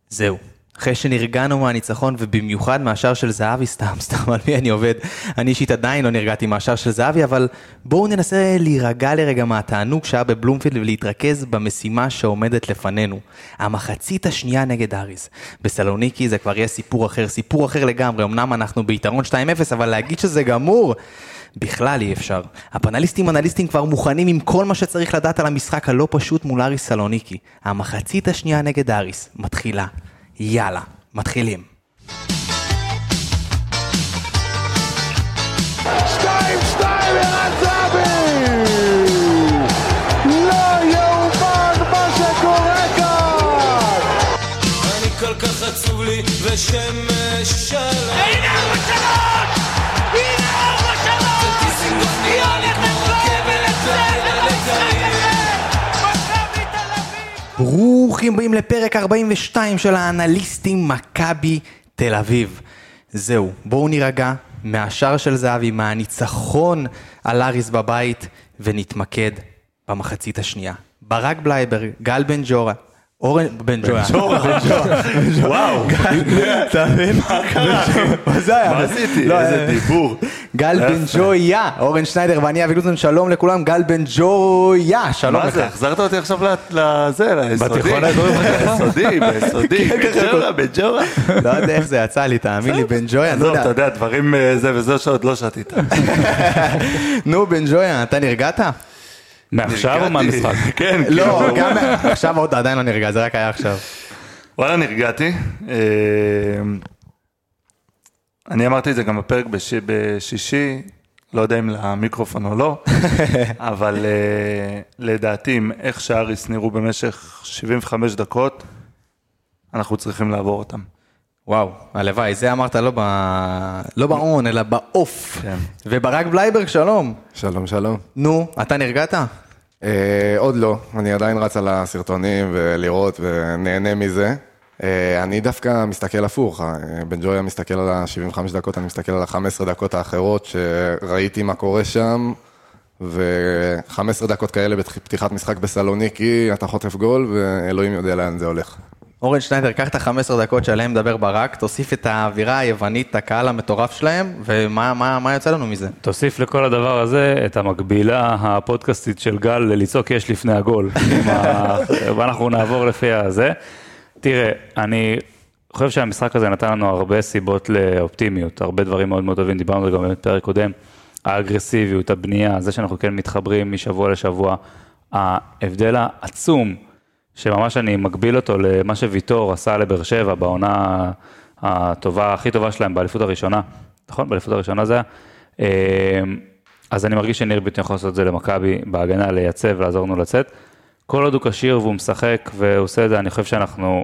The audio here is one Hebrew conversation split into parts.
זהו. אחרי שנרגענו מהניצחון, ובמיוחד מהשאר של זהבי, סתם, על מי אני עובד. אני אישית עדיין לא נרגעתי מהשאר של זהבי, אבל בואו ננסה להירגע לרגע מהתענוג שהיה בבלומפילד, ולהתרכז במשימה שעומדת לפנינו. המחצית השנייה נגד אריס. בסלוניקי זה כבר יהיה סיפור אחר לגמרי. אמנם אנחנו ביתרון 2-0, אבל להגיד שזה גמור, בכלל אי אפשר. הפנליסטים כבר מוכנים עם כל מה שצריך לדעת על המשחק הלא פשוט מול אריס סלוניקי. המחצית השנייה נגד אריס מתחילה. יאללה, מתחילים. 2-2 ערן זהבי! לא יאומן מה שקורה כאן! אני כל כך עצוב לי ושמש שלום. הנה 4-3! הנה 4-3! זה טיסינג אופניאלי כמו רכבת לילה לגליל. ברוכים הבאים לפרק 42 של האנליסטים מכבי תל אביב. זהו, בואו נירגע מהשאר של זהבי, מהניצחון על אריס בבית, ונתמקד במחצית השנייה. ברק בלייבר, גל בן ג'ורה, אורן בן ג'ורה. וואו, אתה מבין? מה קרה? מה זה היה? מה עשיתי? איזה דיבור. גל בן ג'ויה, אורן שניידר ואני אבי לוזון, שלום לכולם, גל בן ג'ויה, שלום לך. מה זה? החזרת אותי עכשיו ליסודי. בתיכון ביסודי. ג'ורה, בן ג'ורה. לא יודע איך זה יצא לי, תאמין לי, בן ג'ויה. עזוב, אתה יודע, דברים זה וזה שעוד לא שתית. נו, בן ג'ויה, אתה נרגעת? מעכשיו או מהמשחק? כן, לא, גם עכשיו עוד עדיין לא נרגע, זה רק היה עכשיו. וואלה, נרגעתי. אני אמרתי את זה גם בפרק בשישי, לא יודע אם למיקרופון או לא, אבל לדעתי, עם איך שאריס נראו במשך 75 דקות, אנחנו צריכים לעבור אותם. וואו, הלוואי, זה אמרת לא באון, אלא באוף. וברק בלייברג, שלום. שלום. נו, אתה נרגעת? עוד לא, אני עדיין רץ על הסרטונים ולראות ונהנה מזה. אני דווקא מסתכל הפוך, בן ג'ויה מסתכל על ה-75 דקות, אני מסתכל על ה-15 דקות האחרות שראיתי מה קורה שם, ו-15 דקות כאלה בפתיחת משחק בסלוניקי, אתה חוטף גול ואלוהים יודע לאן זה הולך. אורן שניידר, קח את ה-15 דקות שעליהם מדבר ברק, תוסיף את האווירה היוונית, הקהל המטורף שלהם, ומה יוצא לנו מזה? תוסיף לכל הדבר הזה את המקבילה הפודקאסטית של גל ללצעוק יש לפני הגול, ואנחנו נעבור לפי הזה. תראה, אני חושב שהמשחק הזה נתן לנו הרבה סיבות לאופטימיות, הרבה דברים מאוד מאוד טובים, דיברנו על זה גם בפרק קודם, האגרסיביות, הבנייה, זה שאנחנו כן מתחברים משבוע לשבוע, ההבדל העצום, שממש אני מגביל אותו למה שוויטור עשה לבאר שבע, בעונה הטובה, הכי טובה שלהם, באליפות הראשונה, נכון? באליפות הראשונה זה היה. אז אני מרגיש שניר ביטון יכול לעשות את זה למכבי, בהגנה, לייצב, לעזור לנו לצאת. כל עוד הוא קשיר והוא משחק והוא עושה את זה, אני חושב שאנחנו,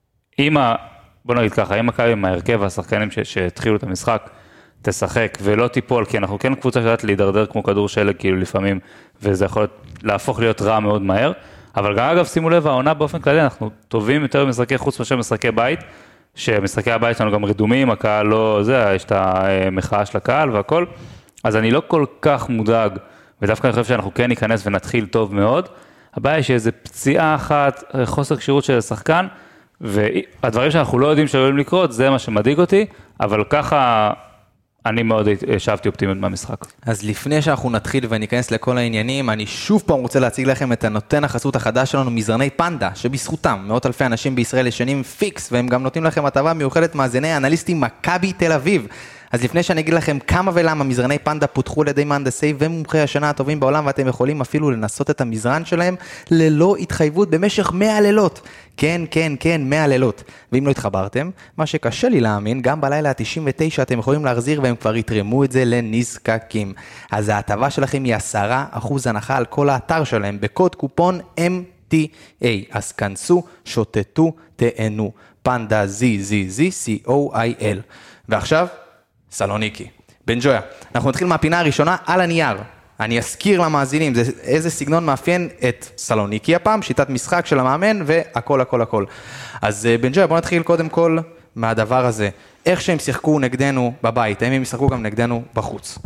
בוא נגיד ככה, אם מכבי עם ההרכב והשחקנים שהתחילו את המשחק, תשחק ולא תיפול, כי אנחנו כן קבוצה שיודעת להידרדר כמו כדור שלג, כאילו לפעמים, וזה יכול להפוך להיות רע מאוד מהר. אבל גם אגב, שימו לב, העונה באופן כללי, אנחנו טובים יותר במשחקי חוץ מאשר משחקי בית, שמשחקי הבית שלנו גם רדומים, הקהל לא, יש את המחאה של הקהל והכל, אז אני לא כל כך מודאג, ודווקא אני חושב שאנחנו כן ניכנס ונתחיל טוב מאוד, הבעיה היא שאיזו פציעה אחת, חוסר קשירות של השחקן, והדברים שאנחנו לא יודעים שיכולים לקרות, זה מה שמדאיג אותי, אבל ככה אני מאוד שבתי אופטימיות מהמשחק. אז לפני שאנחנו נתחיל וניכנס לכל העניינים, אני שוב פעם רוצה להציג לכם את הנותן החסות החדש שלנו, מזרני פנדה, שבזכותם מאות אלפי אנשים בישראל ישנים פיקס, והם גם נותנים לכם הטבה מיוחדת מאזיני האנליסטים מכבי תל אביב. אז לפני שאני אגיד לכם כמה ולמה מזרני פנדה פותחו על ידי מהנדסי ומומחי השנה הטובים בעולם, ואתם יכולים אפילו לנסות את המזרן שלהם ללא התחייבות במשך 100 לילות. כן, 100 לילות. ואם לא התחברתם, מה שקשה לי להאמין, גם בלילה ה-99 אתם יכולים להחזיר והם כבר יתרמו את זה לנזקקים. אז ההטבה שלכם היא 10% הנחה על כל האתר שלהם, בקוד קופון MTA. אז כנסו, שוטטו, תהנו. פנדה ZZZCOIL. ועכשיו, סלוניקי. בן ג'ויה, אנחנו נתחיל מהפינה הראשונה על הנייר. אני אזכיר למאזינים, איזה סגנון מאפיין את סלוניקי הפעם, שיטת משחק של המאמן והכל. אז בן ג'ויה, בוא נתחיל קודם כל מהדבר הזה. איך שהם שיחקו נגדנו בבית, האם הם ישחקו גם נגדנו בחוץ?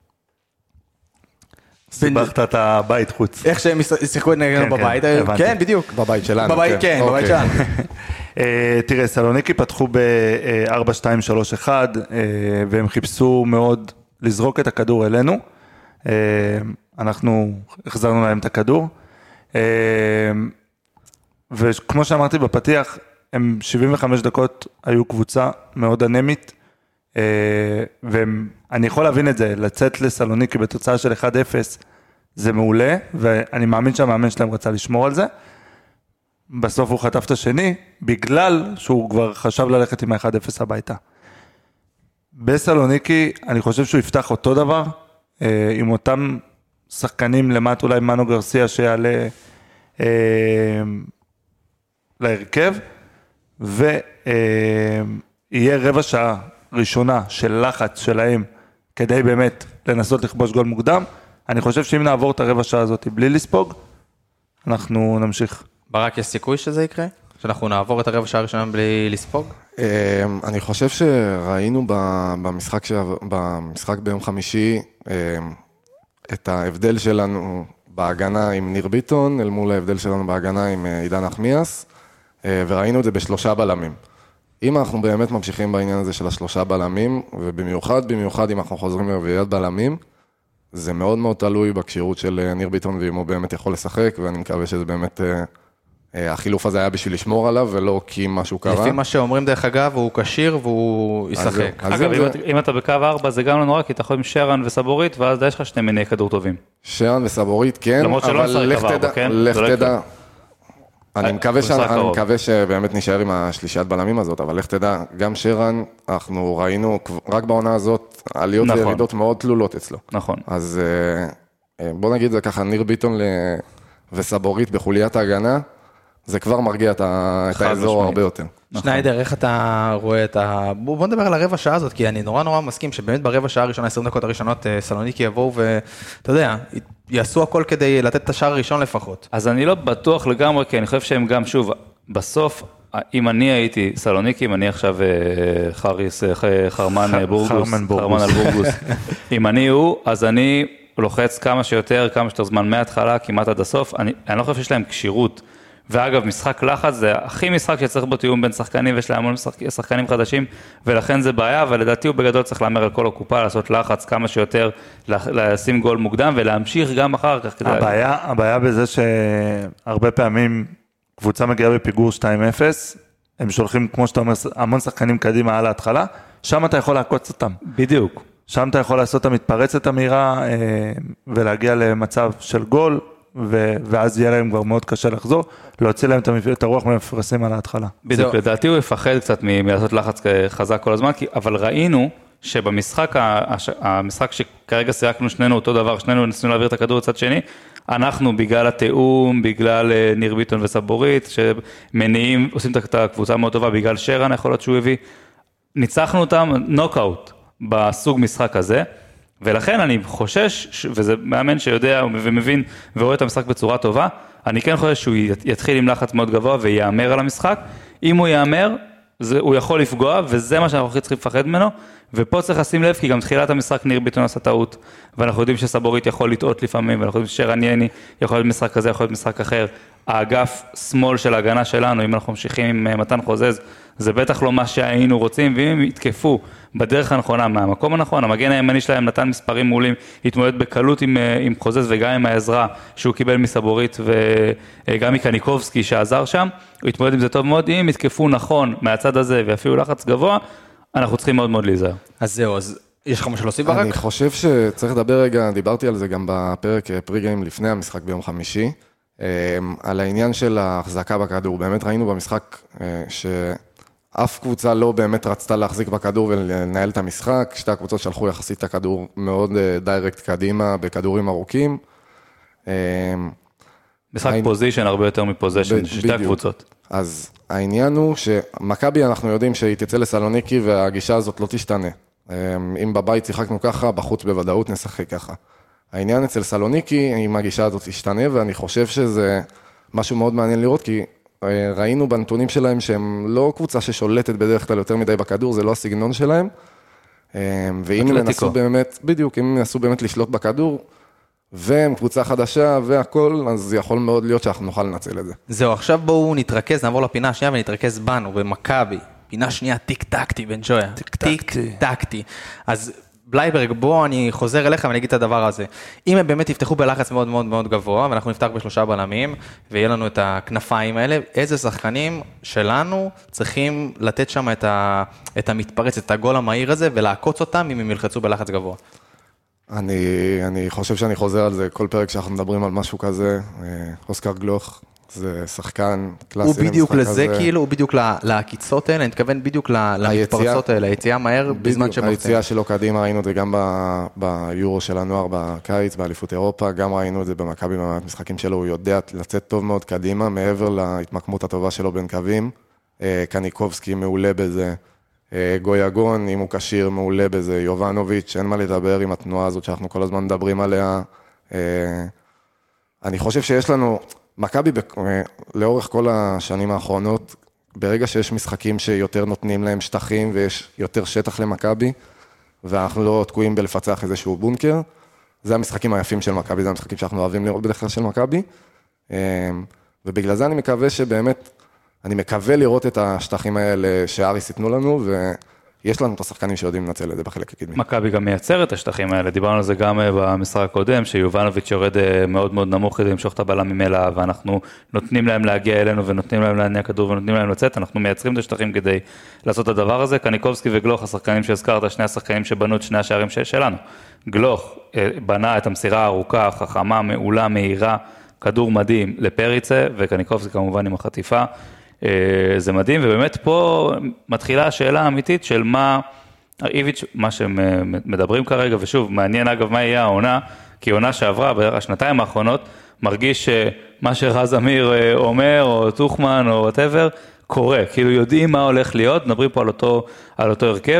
סיבכת את הבית חוץ. איך שהם שיחקו נגדנו בבית, כן, בדיוק. בבית שלנו. בבית שלנו. תראה, סלוניקי פתחו ב-4-2-3-1, והם חיפשו מאוד לזרוק את הכדור אלינו. אנחנו החזרנו להם את הכדור. וכמו שאמרתי בפתיח, הם 75 דקות היו קבוצה מאוד אנמית, ואני יכול להבין את זה, לצאת לסלוניקי בתוצאה של 1-0, זה מעולה, ואני מאמין שהמאמן שלהם רצה לשמור על זה. בסוף הוא חטף את השני, בגלל שהוא כבר חשב ללכת עם ה-1-0 הביתה. בסלוניקי, אני חושב שהוא יפתח אותו דבר, עם אותם שחקנים למט, אולי מנו גרסיה שיעלה להרכב, ויהיה רבע שעה ראשונה של לחץ שלהם, כדי באמת לנסות לכבוש גול מוקדם. אני חושב שאם נעבור את הרבע שעה הזאת בלי לספוג, אנחנו נמשיך. ברק, יש סיכוי שזה יקרה? שאנחנו נעבור את הרבע שעה הראשונה בלי לספוג? אני חושב שראינו במשחק ביום חמישי את ההבדל שלנו בהגנה עם ניר ביטון, אל מול ההבדל שלנו בהגנה עם עידן נחמיאס, וראינו את זה בשלושה בלמים. אם אנחנו באמת ממשיכים בעניין הזה של השלושה בלמים, ובמיוחד אם אנחנו חוזרים לרביעיית בלמים, זה מאוד מאוד תלוי בקשירות של ניר ביטון, ואם הוא באמת יכול לשחק, ואני מקווה שזה באמת, החילוף הזה היה בשביל לשמור עליו, ולא כי משהו קרה. לפי מה שאומרים דרך אגב, הוא קשיר והוא ישחק. אגב, אם אתה בקו 4, זה גם לא נורא, כי אתה יכול עם שרן וסבורית, ואז יש לך שני מיני כדור טובים. שרן וסבורית, כן, אבל לך תדע, אני מקווה שבאמת נשאר עם השלישיית בלמים הזאת, אבל לך תדע, גם שרן, אנחנו ראינו רק בעונה הזאת, עליות וירידות מאוד תלולות אצלו. נכון. אז בוא נגיד זה ככה, ניר ביטון וסבורית בחוליית ההגנה, זה כבר מרגיע את האזור הרבה יותר. שניידר, איך אתה רואה את בוא נדבר על הרבע שעה הזאת, כי אני נורא מסכים שבאמת ברבע שעה הראשונה, 20 דקות הראשונות, סלוניקי יבואו ואתה יודע, יעשו הכל כדי לתת את השער הראשון לפחות. אז אני לא בטוח לגמרי, כי אני חושב שהם גם, שוב, בסוף, אם אני הייתי סלוניקי, אם אני עכשיו חרמן על בורגוס, אם אני הוא, אז אני לוחץ כמה שיותר זמן מההתחלה, כמעט עד הסוף, אני לא חושב שיש להם קשירות, ואגב, משחק לחץ זה הכי משחק שצריך בו תיאום בין שחקנים, ויש להם המון שחקנים חדשים, ולכן זה בעיה, ולדעתי הוא בגדול צריך לאמר על כל הקופה, לעשות לחץ כמה שיותר, לשים גול מוקדם, ולהמשיך גם אחר כך. הבעיה בזה שהרבה פעמים קבוצה מגיעה בפיגור 2-0, הם שולחים, כמו שאתה אומר, המון שחקנים קדימה על ההתחלה, שם אתה יכול לעקוץ אותם. בדיוק. שם אתה יכול לעשות את המתפרצת המהירה, ולהגיע למצב של גול, ואז יהיה להם כבר מאוד קשה לחזור, להוציא להם את הרוח מהמפרסים על ההתחלה. בדיוק, לדעתי הוא יפחד קצת מלעשות לחץ חזק כל הזמן, אבל ראינו שבמשחק המשחק שכרגע שיחקנו שנינו אותו דבר, שנינו ניסינו להעביר את הכדור לצד שני, אנחנו בגלל התיאום, בגלל ניר ביטון וסבורית, שמניעים, עושים את הקבוצה מאוד טובה, בגלל שרן יכול להיות שהוא הביא, ניצחנו אותם נוקאוט בסוג משחק הזה, ולכן אני חושש, וזה מאמן שיודע ומבין ורואה את המשחק בצורה טובה, אני כן חושש שהוא יתחיל עם לחץ מאוד גבוה ויאמר על המשחק, אם הוא יאמר, הוא יכול לפגוע, וזה מה שאנחנו צריכים לפחד ממנו, ופה צריך לשים לב, כי גם תחילת המשחק ניר ביטון עשה טעות, ואנחנו יודעים שסבורית יכול לטעות לפעמים, ואנחנו יודעים ששרן יני יכול להיות משחק כזה, יכול להיות משחק אחר, האגף שמאל של ההגנה שלנו, אם אנחנו ממשיכים עם מתן חוזז, זה בטח לא מה שהיינו רוצים, ואם הם יתקפו בדרך הנכונה, מהמקום הנכון, המגן הימני שלהם נתן מספרים מעולים, התמודד בקלות עם חוזז וגם עם העזרה שהוא קיבל מסבורית וגם מקניקובסקי שעזר שם, הוא התמודד עם זה טוב מאוד, אם יתקפו נכון מהצד הזה ואפילו לחץ גבוה, אנחנו צריכים מאוד מאוד להיזהר. אז זהו, אז יש לך משהו להוסיף ברק? אני חושב שצריך לדבר רגע, דיברתי על זה גם בפרק פרי-גיים לפני המשחק ביום חמישי, על העניין של ההחזקה בכדור. באמת ראינו במשחק שאף קבוצה לא באמת רצתה להחזיק בכדור ולנהל את המשחק, שתי הקבוצות שלחו יחסית את הכדור מאוד דיירקט קדימה, בכדורים ארוכים. משחק פוזישן הרבה יותר מפוזישן, שתי הקבוצות. אז העניין הוא שמכבי אנחנו יודעים שהיא תצא לסלוניקי והגישה הזאת לא תשתנה. אם בבית שיחקנו ככה, בחוץ בוודאות נשחק ככה. העניין אצל סלוניקי, אם הגישה הזאת תשתנה, ואני חושב שזה משהו מאוד מעניין לראות, כי ראינו בנתונים שלהם שהם לא קבוצה ששולטת בדרך כלל יותר מדי בכדור, זה לא הסגנון שלהם. ואם הם ינסו באמת, בדיוק, אם הם ינסו באמת לשלוט בכדור, והם קבוצה חדשה והכל, אז יכול מאוד להיות שאנחנו נוכל לנצל את זה. זהו, עכשיו בואו נתרכז, נעבור לפינה השנייה ונתרכז בנו, במכבי. פינה שנייה, טיק-טקטי, בן ג'ויה. טיק-טקטי. אז בלייברג, בוא אני חוזר אליך ואני אגיד את הדבר הזה. אם הם באמת יפתחו בלחץ מאוד מאוד מאוד גבוה, ואנחנו נפתח ב3 בלמים, ויהיה לנו את הכנפיים האלה, איזה שחקנים שלנו צריכים לתת שם את המתפרץ, את הגול המהיר הזה, ולעקוץ אותם אם הם ילחצו בלחץ גבוה. אני חושב שאני חוזר על זה כל פרק שאנחנו מדברים על משהו כזה. אוסקר גלוך זה שחקן קלאסי. הוא בדיוק לזה כאילו, הוא בדיוק לעקיצות האלה, אני מתכוון בדיוק למתפרצות האלה, היציאה מהר בזמן שמחצים. היציאה שלו קדימה, ראינו את זה גם ביורו של הנוער בקיץ, באליפות אירופה, גם ראינו את זה במכבי במשחקים שלו, הוא יודע לצאת טוב מאוד קדימה, מעבר להתמקמות הטובה שלו בין קווים. קניקובסקי מעולה בזה. גויגון, אם הוא קשיר, מעולה בזה, יובנוביץ', אין מה לדבר עם התנועה הזאת שאנחנו כל הזמן מדברים עליה. אני חושב שיש לנו, מכבי לאורך כל השנים האחרונות, ברגע שיש משחקים שיותר נותנים להם שטחים ויש יותר שטח למכבי, ואנחנו לא תקועים בלפצח איזשהו בונקר, זה המשחקים היפים של מכבי, זה המשחקים שאנחנו אוהבים לראות בדרך כלל של מכבי, ובגלל זה אני מקווה שבאמת, אני מקווה לראות את השטחים האלה שאריס ייתנו לנו, ויש לנו את השחקנים שיודעים לנצל את זה בחלק הקדמי. מכבי גם מייצר את השטחים האלה, דיברנו על זה גם במשחק הקודם, שיובנוביץ' יורד מאוד מאוד נמוך כדי למשוך את הבלם ממילא, ואנחנו נותנים להם להגיע אלינו, ונותנים להם להניע כדור, ונותנים להם לצאת, אנחנו מייצרים את השטחים כדי לעשות את הדבר הזה. קניקובסקי וגלוך, השחקנים שהזכרת, שני השחקנים שבנו את שני השערים שלנו. גלוך בנה את המסירה הארוכה, חכמה, מעולה, מהירה, כדור מדהים לפריצה, וקניקובסקי כמובן עם החטיפה. זה מדהים, ובאמת פה מתחילה השאלה האמיתית של מה, איביץ', מה שהם מדברים כרגע, ושוב, מעניין אגב מה יהיה העונה, כי העונה שעברה, בשנתיים האחרונות, מרגיש שמה שרז אמיר אומר, או טוחמן, או whatever, קורה, כאילו יודעים מה הולך להיות, מדברים פה על אותו הרכב.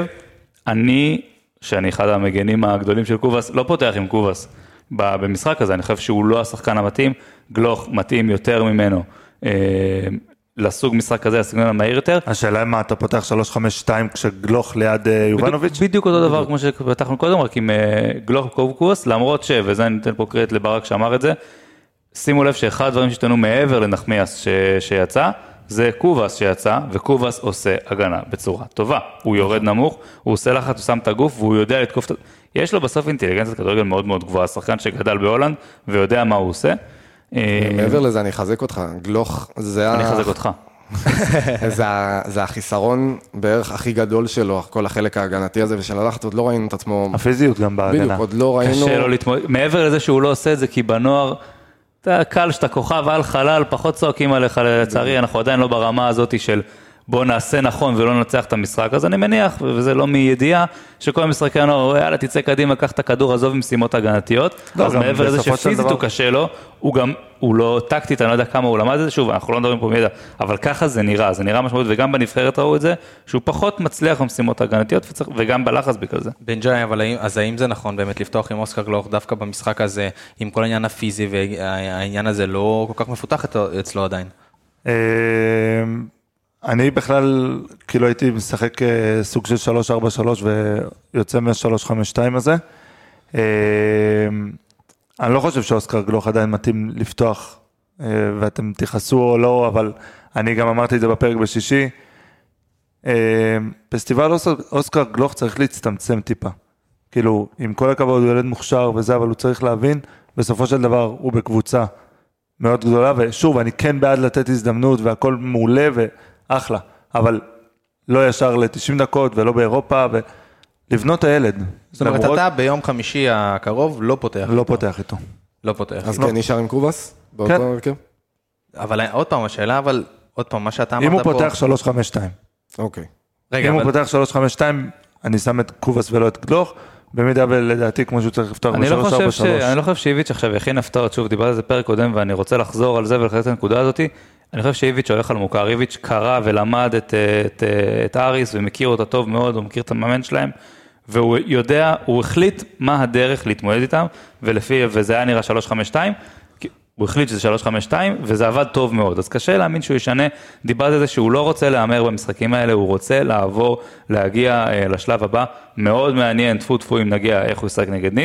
שאני אחד המגנים הגדולים של קובס, לא פותח עם קובס במשחק הזה, אני חושב שהוא לא השחקן המתאים, גלוך מתאים יותר ממנו, לסוג משחק כזה, הסגנון המהיר יותר. השאלה מה, אתה פותח 3-5-2 כשגלוך ליד יובנוביץ'? בדיוק אותו דבר כמו שפתחנו קודם, רק עם גלוך קובקוס, למרות וזה אני נותן פה קרדיט לברק שאמר את זה, שימו לב שאחד הדברים שתנו מעבר לנחמיאס שיצא, זה קובס שיצא, וקובס עושה הגנה בצורה טובה. הוא יורד נמוך, הוא עושה לחץ, הוא שם את הגוף, והוא יודע לתקוף את... יש לו בסוף אינטליגנציית כדורגל מאוד מאוד גבוהה, שחקן שגדל בהולנד, ויודע מה הוא עושה. מעבר לזה, אני אחזק אותך. גלוך, זה אני אחזק אותך. זה החיסרון בערך הכי גדול שלו, כל החלק ההגנתי הזה, ושל הלחץ, עוד לא ראינו את עצמו. הפיזיות גם בהגנה. בדיוק, עוד לא ראינו. קשה לו להתמודד. מעבר לזה שהוא לא עושה את זה, כי בנוער, אתה קל שאתה כוכב על חלל, פחות צועקים עליך לצערי, אנחנו עדיין לא ברמה הזאת של בוא נעשה נכון ולא ננצח את המשחק, אז אני מניח, וזה לא מידיעה, שכל המשחקי הנוער, יאללה תצא קדימה, קח את הכדור, עזוב עם משימות הגנתיות, אז מעבר לזה שפיזית הוא קשה לו, הוא לא טקטית, אני לא יודע כמה הוא למד את זה, שוב, אנחנו לא מדברים פה מידע, אבל ככה זה נראה משמעות, וגם בנבחרת ראו את זה, שהוא פחות מצליח במשימות הגנתיות, וגם בלחץ בגלל זה. בן ג'אי, אבל אז האם זה נכון באמת לפתוח עם אוסקר גלוך דווקא במשחק הזה, עם כל העניין הפיזי, והעניין הזה לא כל כך מפותח אצלו עדיין? אני בכלל, כאילו הייתי משחק סוג של 3-4-3 ויוצא מה-3-5-2 הזה. אני לא חושב שאוסקר גלוך עדיין מתאים לפתוח, ואתם תיחסו או לא, אבל אני גם אמרתי את זה בפרק בשישי. פסטיבל אוסקר גלוך צריך להצטמצם טיפה. כאילו, עם כל הכבוד הוא ילד מוכשר וזה, אבל הוא צריך להבין, בסופו של דבר הוא בקבוצה מאוד גדולה, ושוב, אני כן בעד לתת הזדמנות והכל מעולה ואחלה, אבל לא ישר ל-90 דקות ולא באירופה, ולבנות הילד. זאת אומרת, אתה ביום חמישי הקרוב לא פותח. לא פותח איתו. לא פותח. אז כן, נשאר עם קובס? באותו הרכב? אבל עוד פעם, השאלה, אבל עוד פעם, מה שאתה אמרת פה... אם הוא פותח 3-5-2. אוקיי. אם הוא פותח 3-5-2, אני שם את קובס ולא את גלוך, במידה ולדעתי כמו שהוא צריך לפתוח ב-3-4-3. אני לא חושב שאיביץ' עכשיו יכין הפתעות, שוב, דיברתי על זה פרק קודם, ואני רוצה לחזור על זה ולחזור את הנקודה הזאת. אני חושב שאיביץ' הולך על מוכר, איביץ' קרא ולמד את אריס, ומכיר אותה טוב מאוד, הוא מכיר את המאמן שלהם, והוא יודע, הוא החליט מה הדרך להתמודד איתם, וזה היה נראה 3-5-2, הוא החליט שזה 3-5-2, וזה עבד טוב מאוד, אז קשה להאמין שהוא ישנה, דיברתי על זה שהוא לא רוצה להאמר במשחקים האלה, הוא רוצה לעבור, להגיע לשלב הבא, מאוד מעניין, תפו אם נגיע איך הוא ישחק נגד ניס,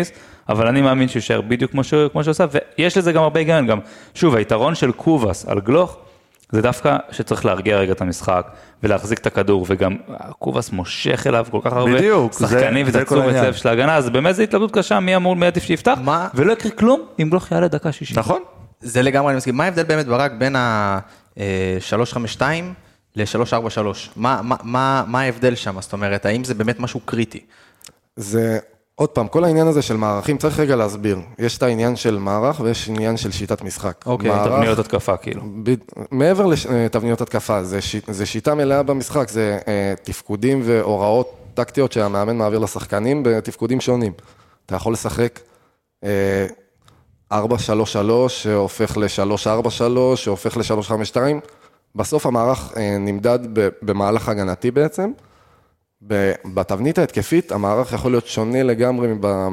אבל אני מאמין שהוא יישאר בדיוק כמו שהוא עושה, ויש לזה גם הרבה היגיון, גם, שוב, היתרון של קובס על גלוך, זה דווקא שצריך להרגיע רגע את המשחק, ולהחזיק את הכדור, וגם קובס מושך אליו כל כך הרבה בדיוק, שחקנים, וזה תשומת לב של ההגנה, אז באמת זו התלבטות קשה, מי עדיף שיפתח, ולא יקרה כלום, אם גלוך יעלה דקה 60. נכון. זה לגמרי, אני מסכים. מה ההבדל באמת ברק בין ה-352 ל-343? מה ההבדל שם? זאת אומרת, האם זה באמת משהו קריטי? זה, עוד פעם, כל העניין הזה של מערכים, צריך רגע להסביר. יש את העניין של מערך ויש עניין של שיטת משחק. אוקיי, תבניות התקפה כאילו. מעבר לתבניות התקפה, זה שיטה מלאה במשחק, זה תפקודים והוראות טקטיות שהמאמן מעביר לשחקנים בתפקודים שונים. אתה יכול לשחק 4-3-3, שהופך ל-3-4-3, שהופך ל-3-5-2. בסוף המערך נמדד במהלך הגנתי בעצם. בתבנית ההתקפית, המערך יכול להיות שונה לגמרי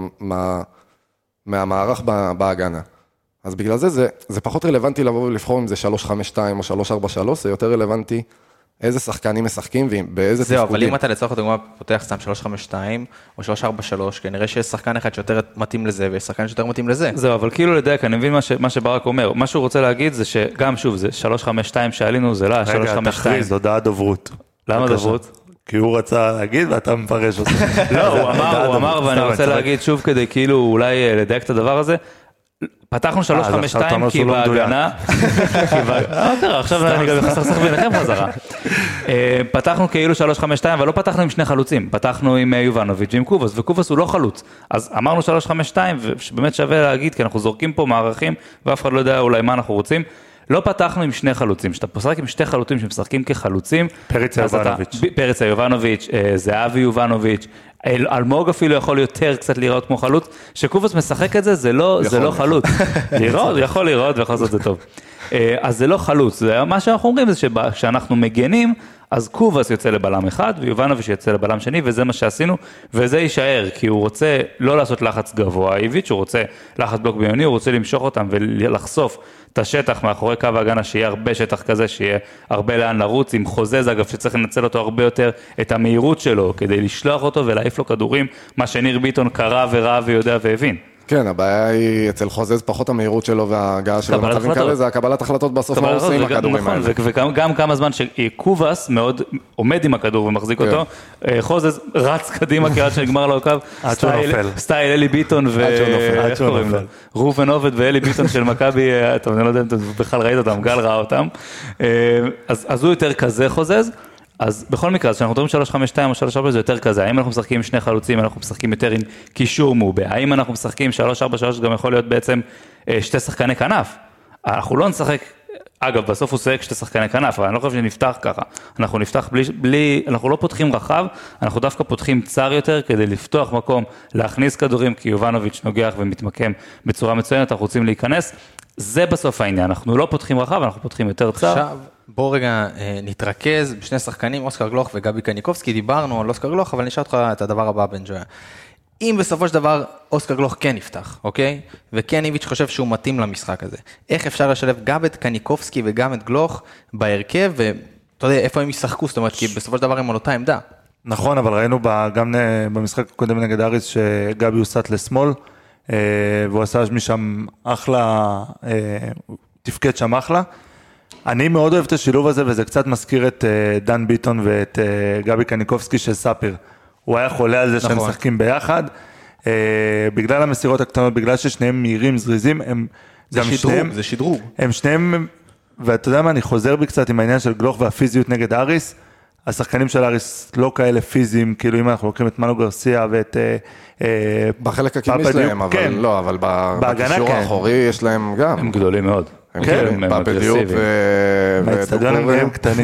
מהמערך בהגנה. אז בגלל זה פחות רלוונטי לבוא ולבחור אם זה 352 או 343, זה יותר רלוונטי איזה שחקנים משחקים ובאיזה תפקודים. זהו, אבל אם אתה לצורך הדוגמה פותח סתם 352 או 343, כנראה שיש שחקן אחד שיותר מתאים לזה ויש שחקן שיותר מתאים לזה. זהו, אבל כאילו לדייק, אני מבין מה שברק אומר. מה שהוא רוצה להגיד זה שגם שוב, זה 352 שעלינו, זה לא 352. רגע, תכריז, הודעה דוברות. למה דוברות? כי הוא רצה להגיד ואתה מפרש אותו. לא, הוא אמר, ואני רוצה להגיד שוב כדי כאילו אולי לדייק את הדבר הזה, פתחנו 352 כי בהגנה, עכשיו אני גם חסך ביניכם חזרה, פתחנו כאילו 352 אבל לא פתחנו עם שני חלוצים, פתחנו עם יובנוביץ' ועם קובס, וקובס הוא לא חלוץ, אז אמרנו 352 ובאמת שווה להגיד כי אנחנו זורקים פה מערכים ואף אחד לא יודע אולי מה אנחנו רוצים, לא פתחנו עם שני חלוצים, שאתה פוסק עם שתי חלוצים שמשחקים כחלוצים, פריצה יובנוביץ', זהבי יובנוביץ', אלמוג אפילו יכול יותר קצת לראות כמו חלוץ, שקובס משחק את זה, זה לא חלוץ, יכול לראות ויכול לעשות זה טוב, אז זה לא חלוץ, מה שאנחנו אומרים זה שכשאנחנו מגנים, אז קובס יוצא לבלם אחד, ויובנוביץ' יוצא לבלם שני, וזה מה שעשינו, וזה יישאר, כי הוא רוצה לא לעשות לחץ גבוה, איביץ', הוא רוצה לחץ בלוק בינוני, הוא רוצה למשוך אותם ולחשוף את השטח מאחורי קו ההגנה, שיהיה הרבה שטח כזה, שיהיה הרבה לאן לרוץ, עם חוזז אגב, שצריך לנצל אותו הרבה יותר, את המהירות שלו, כדי לשלוח אותו ולהעיף לו כדורים, מה שניר ביטון קרא וראה ויודע והבין. כן, הבעיה היא אצל חוזז פחות המהירות שלו וההגעה שלו במצבים כאלה, זה הקבלת החלטות בסוף מה עושים עם הכדורים האלה. וגם כמה זמן שקובס מאוד עומד עם הכדור ומחזיק אותו, חוזז רץ קדימה כי עד שנגמר לו הקו, סטייל אלי ביטון רובן עובד ואלי ביטון של מכבי, אני לא יודע אם אתה בכלל ראית אותם, גל ראה אותם, אז הוא יותר כזה חוזז, אז בכל מקרה, אז כשאנחנו מדברים 352 או 344 זה יותר כזה, האם אנחנו משחקים עם שני חלוצים, אנחנו משחקים יותר עם קישור מעובה, האם אנחנו משחקים 343 גם יכול להיות בעצם שתי שחקני כנף, אנחנו לא נשחק, אגב בסוף הוא שחק שתי שחקני כנף, אבל אני לא חושב שנפתח ככה, אנחנו נפתח אנחנו לא פותחים רחב, אנחנו דווקא פותחים צר יותר כדי לפתוח מקום, להכניס כדורים, כי יובנוביץ' נוגח ומתמקם בצורה מצוינת, אנחנו רוצים להיכנס, זה בסוף העניין, אנחנו לא פותחים רחב, אנחנו פותחים יותר צר. עכשיו, בואו רגע נתרכז בשני שחקנים, אוסקר גלוך וגבי קניקובסקי, דיברנו על אוסקר גלוך, אבל נשאל אותך את הדבר הבא בן ג'ויה. אם בסופו של דבר אוסקר גלוך כן יפתח, אוקיי? וכן איביץ' חושב שהוא מתאים למשחק הזה, איך אפשר לשלב גם את קניקובסקי וגם את גלוך בהרכב, ואתה יודע איפה הם ישחקו, זאת אומרת, כי בסופו של דבר הם על אותה עמדה. נכון, אבל ראינו גם במשחק הקודם נגד אריס שגבי הוסט לשמאל, והוא עשה משם אחלה, תפקד שם אחלה. אני מאוד אוהב את השילוב הזה, וזה קצת מזכיר את דן ביטון ואת גבי קניקובסקי של ספיר. הוא היה חולה על זה שהם משחקים ביחד, בגלל המסירות הקטנות, בגלל ששניהם מהירים, זריזים, הם גם שניהם... זה שדרוג. הם שניהם, ואתה יודע מה, אני חוזר בי קצת עם העניין של גלוך והפיזיות נגד אריס, השחקנים של אריס לא כאלה פיזיים, כאילו אם אנחנו לוקחים את מנו גרסיה ואת... בחלק הקדמי שלהם, אבל לא, אבל בקישור האחורי יש להם גם. הם גדולים מאוד. הם גדולים, פאפדיוק מהאצטדיונים הם קטנים.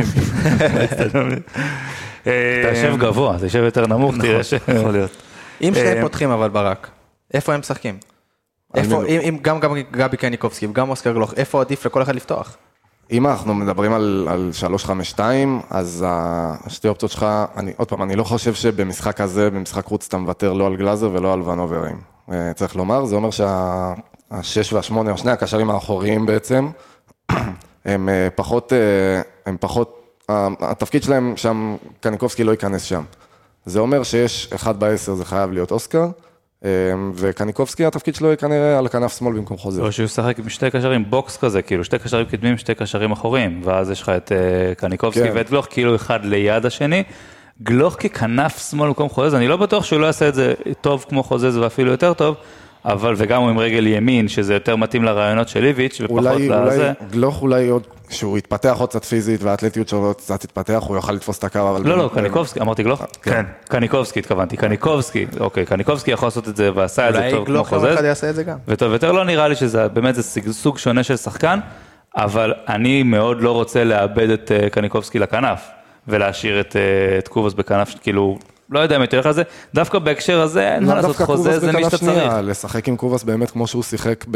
אתה יושב גבוה, אתה יושב יותר נמוך, תראה ש... יכול להיות. אם שני פותחים אבל ברק, איפה הם משחקים? גם גבי קניקובסקי וגם אוסקר גלוך, איפה עדיף לכל אחד לפתוח? אם אנחנו מדברים על 352, אז השתי אופציות שלך, עוד פעם, אני לא חושב שבמשחק הזה, במשחק חוץ, אתה מוותר לא על גלאזר ולא על ונוברים. צריך לומר, זה אומר שהשש והשמונה, או שני הקשרים האחוריים בעצם, הם פחות, התפקיד שלהם שם, קניקובסקי לא ייכנס שם. זה אומר שיש 1 ב-10, זה חייב להיות אוסקר, וקניקובסקי התפקיד שלו יהיה כנראה על כנף שמאל במקום חוזז. או שהוא ישחק עם שתי קשרים, בוקס כזה, כאילו שתי קשרים קדמים, שתי קשרים אחוריים, ואז יש לך את קניקובסקי כן. ואת גלוך, כאילו אחד ליד השני. גלוך ככנף שמאל במקום חוזז, אני לא בטוח שהוא לא יעשה את זה טוב כמו חוזז ואפילו יותר טוב, אבל וגם הוא עם רגל ימין, שזה יותר מתאים לרעיונות של איביץ' ופחות לזה. גלוך אולי עוד, שהוא יתפתח עוד קצת פיזית, והאתלטיות שלו עוד קצת תתפתח, הוא יוכל לתפוס את הקו, אבל... לא, קניקובסקי, אמרתי גלוך? כן. קניקובסקי התכוונתי, קניקובסקי, אוקיי, קניקובסקי יכול לעשות את זה ועשה את זה טוב כמו חוזז. אולי גלוך אחד יעשה את זה גם. וטוב, יותר לא נראה לי שזה באמת זה סוג שונה של שחקן, אבל אני מאוד לא רוצה לאבד את קניקובסקי לכנף, ולהשאיר את קובס בכנף, כאילו... לא יודע אם אתה הולך על זה, דווקא בהקשר הזה, אין מה לעשות חוזה, זה מי שאתה צריך. לשחק עם קובס באמת כמו שהוא שיחק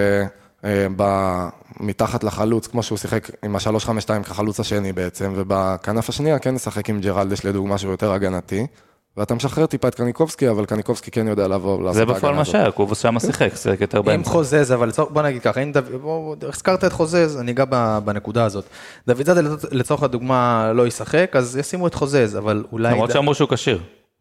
מתחת לחלוץ, כמו שהוא שיחק עם ה-3-5-2 כחלוץ השני בעצם, ובכנף השנייה כן לשחק עם ג'רלדש לדוגמה שהוא יותר הגנתי, ואתה משחרר טיפה את קניקובסקי, אבל קניקובסקי כן יודע לבוא. זה בפועל מה שהיה, קובס שם שיחק יותר באמצע. עם חוזז, אבל בוא נגיד ככה, הזכרת את חוזז, אני אגע בנקודה הזאת. דוד זאדה לצורך הדוגמה לא ישחק, אז ישימו את חוזז, אבל אולי... למרות שאמרו שהוא קשיר.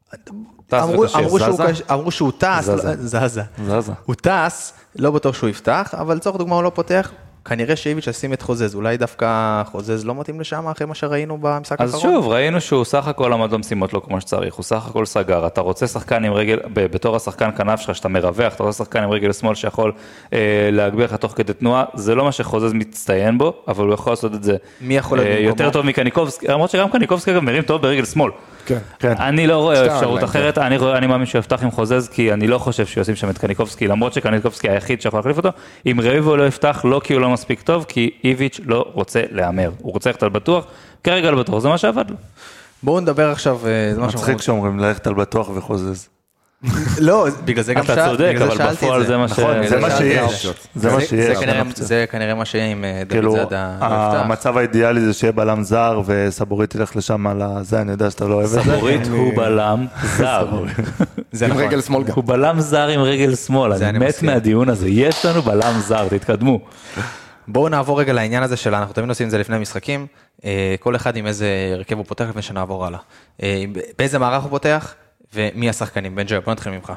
אמרו שהוא טס, זזה. הוא טס, לא בטוח שהוא יפתח, אבל לצורך הדוגמה הוא לא פותח, כנראה שאיביץ' ישים את חוזז, אולי דווקא חוזז לא מתאים לשם אחרי מה שראינו במשחק האחרון. אז שוב, ראינו שהוא סך הכל עמד במשימות לא כמו שצריך, הוא סך הכל סגר, אתה רוצה שחקן עם רגל, בתור השחקן כנף שלך שאתה מרווח, אתה רוצה שחקן עם רגל שמאל שיכול להגביר לך תוך כדי תנועה, זה לא מה שחוזז מצטיין בו, אבל הוא יכול לעשות את זה יותר טוב מקניקובסקי, למרות שגם קניקובסקי אגב מרים טוב ברגל שמאל. כן. אני לא רואה אפשרות אחרת, אני מאמין שהוא יפתח עם חוזז, כי אני לא חושב שיוצאים שם את קניקובסקי, למרות שקניקובסקי היחיד שיכול להחליף אותו, אם רביבו לא יפתח, לא כי הוא לא מספיק טוב, כי איביץ' לא רוצה להמר, הוא רוצה ללכת על בטוח, כרגע על בטוח, זה מה שעבד לו. בואו נדבר עכשיו, מצחיק שאומרים ללכת על בטוח וחוזז. לא, בגלל זה גם אתה צודק, אבל בפועל זה מה שיש. זה מה שיש. זה כנראה מה שיהיה עם דוד זאדה. המצב האידיאלי זה שיהיה בלם זר, וסבורית ילך לשם על זה, אני יודע שאתה לא אוהב את זה. סבורית הוא בלם זר. עם רגל שמאל גם. הוא בלם זר עם רגל שמאל, אני מת מהדיון הזה, יש לנו בלם זר, תתקדמו. בואו נעבור רגע לעניין הזה שלה, אנחנו תמיד עושים את זה לפני משחקים, כל אחד עם איזה הרכב הוא פותח לפני שנעבור הלאה. באיזה מערך הוא פותח? ומי השחקנים? בן ג'וי, בוא נתחיל ממך.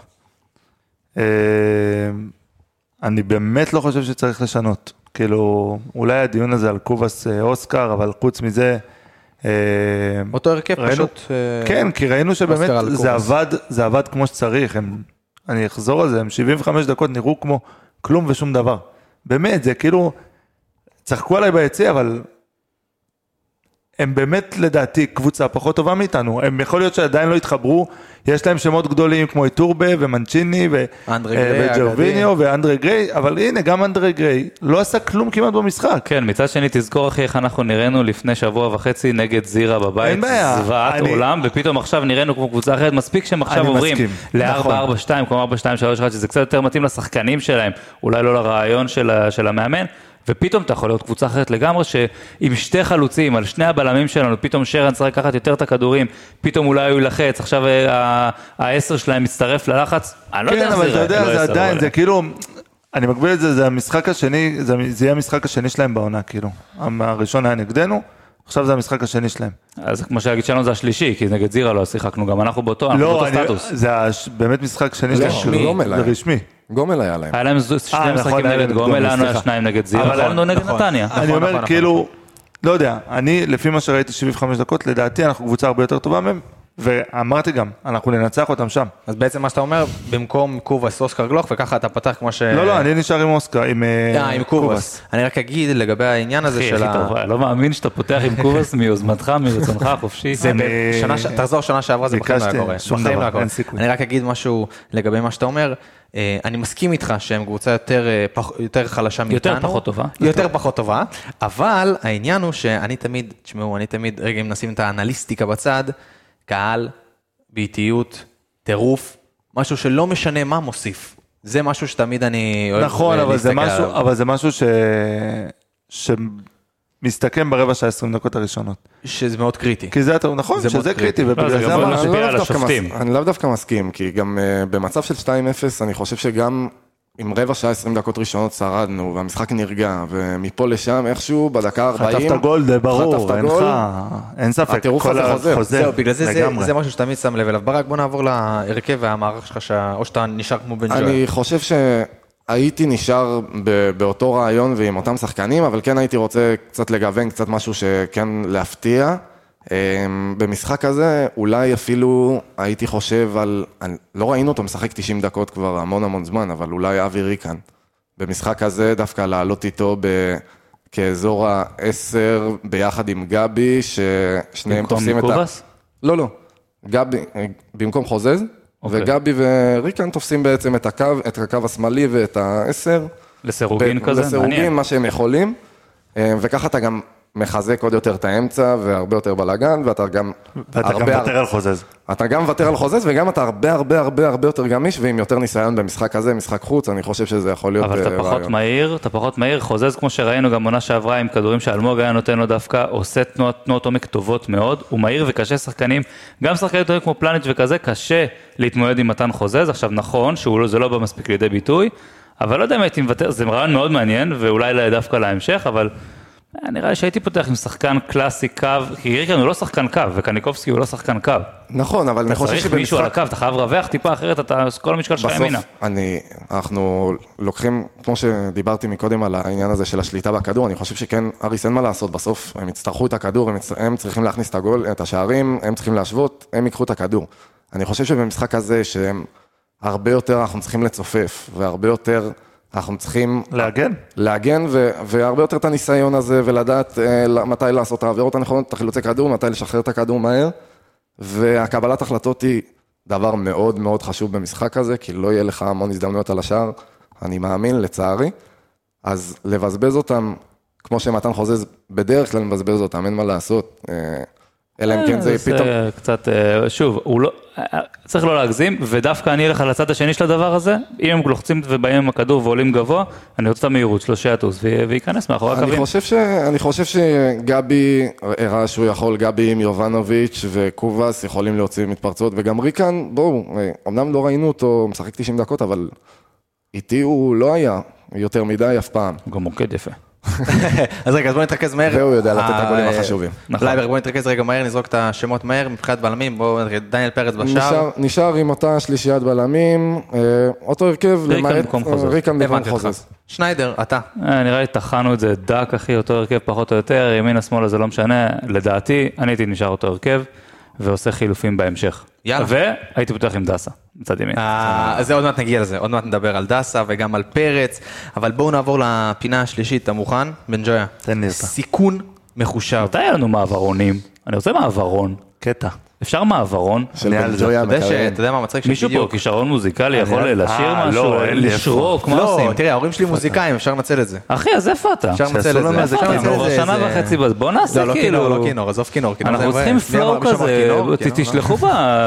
אני באמת לא חושב שצריך לשנות. כאילו, אולי הדיון הזה על קובס אוסקר, אבל חוץ מזה... אותו הרכב פשוט... כן, כי ראינו שבאמת זה עבד כמו שצריך. אני אחזור על זה, הם 75 דקות נראו כמו כלום ושום דבר. באמת, זה כאילו... צחקו עליי ביציע, אבל... הם באמת לדעתי קבוצה פחות טובה מאיתנו, הם יכול להיות שעדיין לא התחברו, יש להם שמות גדולים כמו איטורבה ומנצ'יני וג'רוויניו ואנדרי גריי, אבל הנה גם אנדרי גריי לא עשה כלום כמעט במשחק. כן, מצד שני תזכור אחי איך אנחנו נראינו לפני שבוע וחצי נגד זירה בבית, זוועת עולם, ופתאום עכשיו נראינו כמו קבוצה אחרת, מספיק שהם עכשיו עוברים ל-4-4-2, כמו 4-2-3-1, שזה קצת יותר מתאים לשחקנים שלהם, אולי לא לרעיון של המאמן, ופתאום אתה יכול להיות קבוצה אחרת לגמרי, שעם שתי חלוצים, על שני הבלמים שלנו, פתאום שרן צריך לקחת יותר את הכדורים, פתאום אולי הוא ילחץ, עכשיו ה-10 שלהם מצטרף ללחץ, אני לא יודע איך זה אבל אתה יודע, זה עדיין, זה כאילו, אני מגביל את זה, זה המשחק השני, זה יהיה המשחק השני שלהם בעונה, כאילו. הראשון היה נגדנו, עכשיו זה המשחק השני שלהם. אז כמו שהגיד שלנו זה השלישי, כי נגד זירה לא שיחקנו, גם אנחנו באותו סטטוס. זה באמת משחק שני שלהם, זה רשמי. גומל היה להם. היה להם שני משחקים נגד גומל, לנו היה שניים נגד זירה, אבל לנו נגד נתניה. אני אומר כאילו, לא יודע, אני לפי מה שראיתי 75 דקות, לדעתי אנחנו קבוצה הרבה יותר טובה מהם, ואמרתי גם, אנחנו ננצח אותם שם. אז בעצם מה שאתה אומר, במקום קובס אוסקר גלוך, וככה אתה פתח כמו ש... לא, אני נשאר עם אוסקר, עם קובס. אני רק אגיד לגבי העניין הזה של ה... לא מאמין שאתה פותח עם קובס מיוזמתך, מרצונך החופשי. תחזור שנה שעברה, זה בחיים לא קורה. אני רק אגיד משהו לגבי מה שאתה אומר, אני מסכים איתך שהם קבוצה יותר חלשה מאיתנו. יותר פחות טובה. יותר פחות טובה, אבל העניין הוא שאני תמיד, תשמעו, אני תמיד, רגע אם נשים את האנליסטיקה בצד, קהל, ביתיות, טירוף, משהו שלא משנה מה מוסיף. זה משהו שתמיד אני אוהב נכון, אבל זה משהו שמסתכם ברבע שעה 20 דקות הראשונות. שזה מאוד קריטי. כי זה נכון, שזה קריטי. זה גם משפיע על השופטים. אני לאו דווקא מסכים, כי גם במצב של 2-0, אני חושב שגם עם רבע שעה 20 דקות ראשונות שרדנו, והמשחק נרגע, ומפה לשם איכשהו בדקה 40... חטפת גול, זה ברור, אין ספק, הטירוף הזה חוזר. זהו, בגלל זה משהו שתמיד שם לב אליו. ברק, בוא נעבור להרכב והמערך שלך, או שאתה נשאר כמו בן ג'ויה. אני חושב שהייתי נשאר באותו רעיון ועם אותם שחקנים, אבל כן הייתי רוצה קצת לגוון, קצת משהו שכן להפתיע. במשחק הזה אולי אפילו הייתי חושב על, לא ראינו אותו משחק 90 דקות כבר המון זמן, אבל אולי אבי ריקן. במשחק הזה דווקא לעלות איתו כאזור ה-10 ביחד עם גבי, ששניהם תופסים את ה... במקום מקובס? לא. גבי, במקום חוזז, וגבי וריקן תופסים בעצם את הקו השמאלי ואת ה-10. לסירוגין כזה? לסירוגין, מה שהם יכולים, וככה אתה גם מחזק עוד יותר את האמצע, והרבה יותר בלגן, ואתה גם... ואתה גם מוותר על חוזז. אתה גם מוותר על חוזז, וגם אתה הרבה יותר גמיש, ועם יותר ניסיון במשחק הזה, משחק חוץ, אני חושב שזה יכול להיות אבל אתה פחות מהיר, חוזז כמו שראינו גם עונה שעברה עם כדורים שאלמוג היה נותן לו דווקא, עושה תנועות עומק טובות מאוד, הוא מהיר וקשה שחקנים, גם שחקנים טובים כמו פלניץ' וכזה, קשה להתמודד עם מתן חוזז, עכשיו נכון, שזה לא בא מספיק לידי ביטוי, אבל לא יודע אם הייתי מוותר, זה רעיון מאוד מעניין, ואולי דווקא להמשך, אבל נראה לי שהייתי פותח עם שחקן קלאסי קו, כי ריקן הוא לא שחקן קו, וקניקובסקי הוא לא שחקן קו. נכון, אבל אני חושב צריך מישהו על הקו, אתה חייב רווח טיפה אחרת, אתה כל המשקל שלך ימינה. בסוף, אנחנו לוקחים, כמו שדיברתי מקודם על העניין הזה של השליטה בכדור, אני חושב שכן, אריס אין מה לעשות בסוף, הם יצטרכו את הכדור, הם צריכים להכניס את הגול, את השערים, הם צריכים להשוות, הם ייקחו את הכדור. אני חושב שבמשחק הזה, שהם הרבה יותר, אנחנו צריכים לצופף, והרבה יותר אנחנו צריכים להגן והרבה יותר את הניסיון הזה, ולדעת מתי לעשות את העבירות הנכונות, את החילוצי כדור, מתי לשחרר את הכדור מהר, והקבלת החלטות היא דבר מאוד מאוד חשוב במשחק הזה, כי לא יהיה לך המון הזדמנויות על השער, אני מאמין, לצערי, אז לבזבז אותם, כמו שמתן חוזז, בדרך כלל מבזבז אותם, אין מה לעשות, אלא אם כן זה פתאום... זה קצת, שוב, הוא לא, צריך לא להגזים, ודווקא אני אלך על הצד השני של הדבר הזה, אם הם לוחצים ובאים עם הכדור ועולים גבוה, אני רוצה את המהירות שלו שיעטוס, וייכנס מאחורי הקווים. אני חושב שגבי הראה שהוא יכול, גבי עם יובנוביץ' וקובס יכולים להוציא מתפרצות, וגם ריקן, בואו, אמנם לא ראינו אותו משחק 90 דקות, אבל איתי הוא לא היה יותר מדי אף פעם. הוא גם מוקד יפה. אז רגע, אז בוא נתרכז מהר. והוא יודע לתת את הגולים החשובים. לייבר, בוא נתרכז רגע מהר, נזרוק את השמות מהר, מבחינת בלמים, בואו נתרכז, דניאל פרץ בשער. נשאר עם אותה שלישיית בלמים, אותו הרכב, למעט ריקן במקום חוזז. שניידר, אתה. נראה לי תחנו את זה דק, אחי, אותו הרכב פחות או יותר, ימין השמאלה זה לא משנה, לדעתי, אני הייתי נשאר אותו הרכב, ועושה חילופים בהמשך. יאללה. והייתי פותח עם דסה, מצד ימין. אז עוד מעט נגיע לזה, עוד מעט נדבר על דסה וגם על פרץ, אבל בואו נעבור לפינה השלישית, אתה מוכן? בן ג'ויה. תן לי אותה. סיכון מחושב. מתי היה לנו מעברונים? אני רוצה מעברון. קטע. אפשר מעברון? של בן ג'ויה מקרן. אתה יודע מה מצחיק מישהו פה כישרון מוזיקלי יכול לשיר משהו, לשרוק, מה עושים? לא, תראה, ההורים שלי מוזיקאים, אפשר לנצל את זה. אחי, אז איפה אתה? אפשר לנצל את זה. שנה וחצי, בוא נעשה כאילו... לא כינור, עזוב כינור. אנחנו צריכים פלואו כזה, תשלחו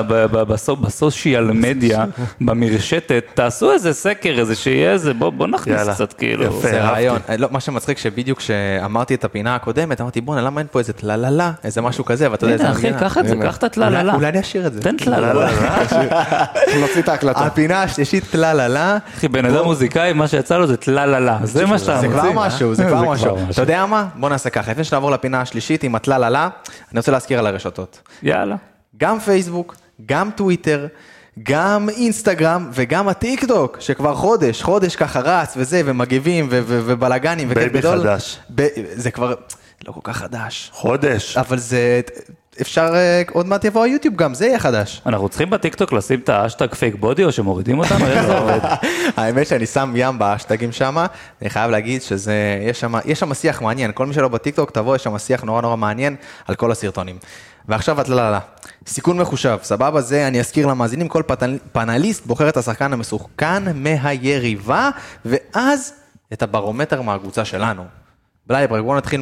בסושיאל מדיה, במרשתת, תעשו איזה סקר, איזה שיהיה איזה, בוא נכניס קצת כאילו. זה רעיון. מה שמצחיק שבדיוק כשאמרתי את הפינה הקודמת, אמרתי בוא, למה אין פה איזה תלללה, איזה משהו כזה, ואתה יודע, אחי, קח את זה, קח את התלללה. אולי אני אשאיר את זה. תן תלללה. נוציא את ההקלטה. הפינה השלישית תלללה. אחי, בן אדם מוזיקאי, מה שיצא לו זה תלללה. זה מה שאתה מוציא. זה כבר משהו, זה כבר משהו. אתה יודע מה? בוא נעשה ככה. לפני שנעבור לפינה השלישית עם התלללה, אני רוצה להזכיר על הרשתות. יאללה. גם פייסבוק, גם טוויטר, גם אינסטגרם וגם הטיק טוק, שכבר חודש ככה רץ וזה, ומגיבים ובלגנים וכן בייבי חדש. זה כבר לא כל כך חדש. חודש. אבל זה... אפשר, עוד מעט יבוא היוטיוב גם, זה יהיה חדש. אנחנו צריכים בטיקטוק לשים את האשטג פייק בודי, או שמורידים אותנו, איך זה עובד? האמת שאני שם ים באשטגים שם, אני חייב להגיד יש שם שיח מעניין, כל מי שלא בטיקטוק תבוא, יש שם שיח נורא מעניין על כל הסרטונים. ועכשיו סיכון מחושב, סבבה זה, אני אזכיר למאזינים, כל פאנליסט בוחר את השחקן המסוכן מהיריבה, ואז את הברומטר מהקבוצה שלנו. בלייברג, בואו נתחיל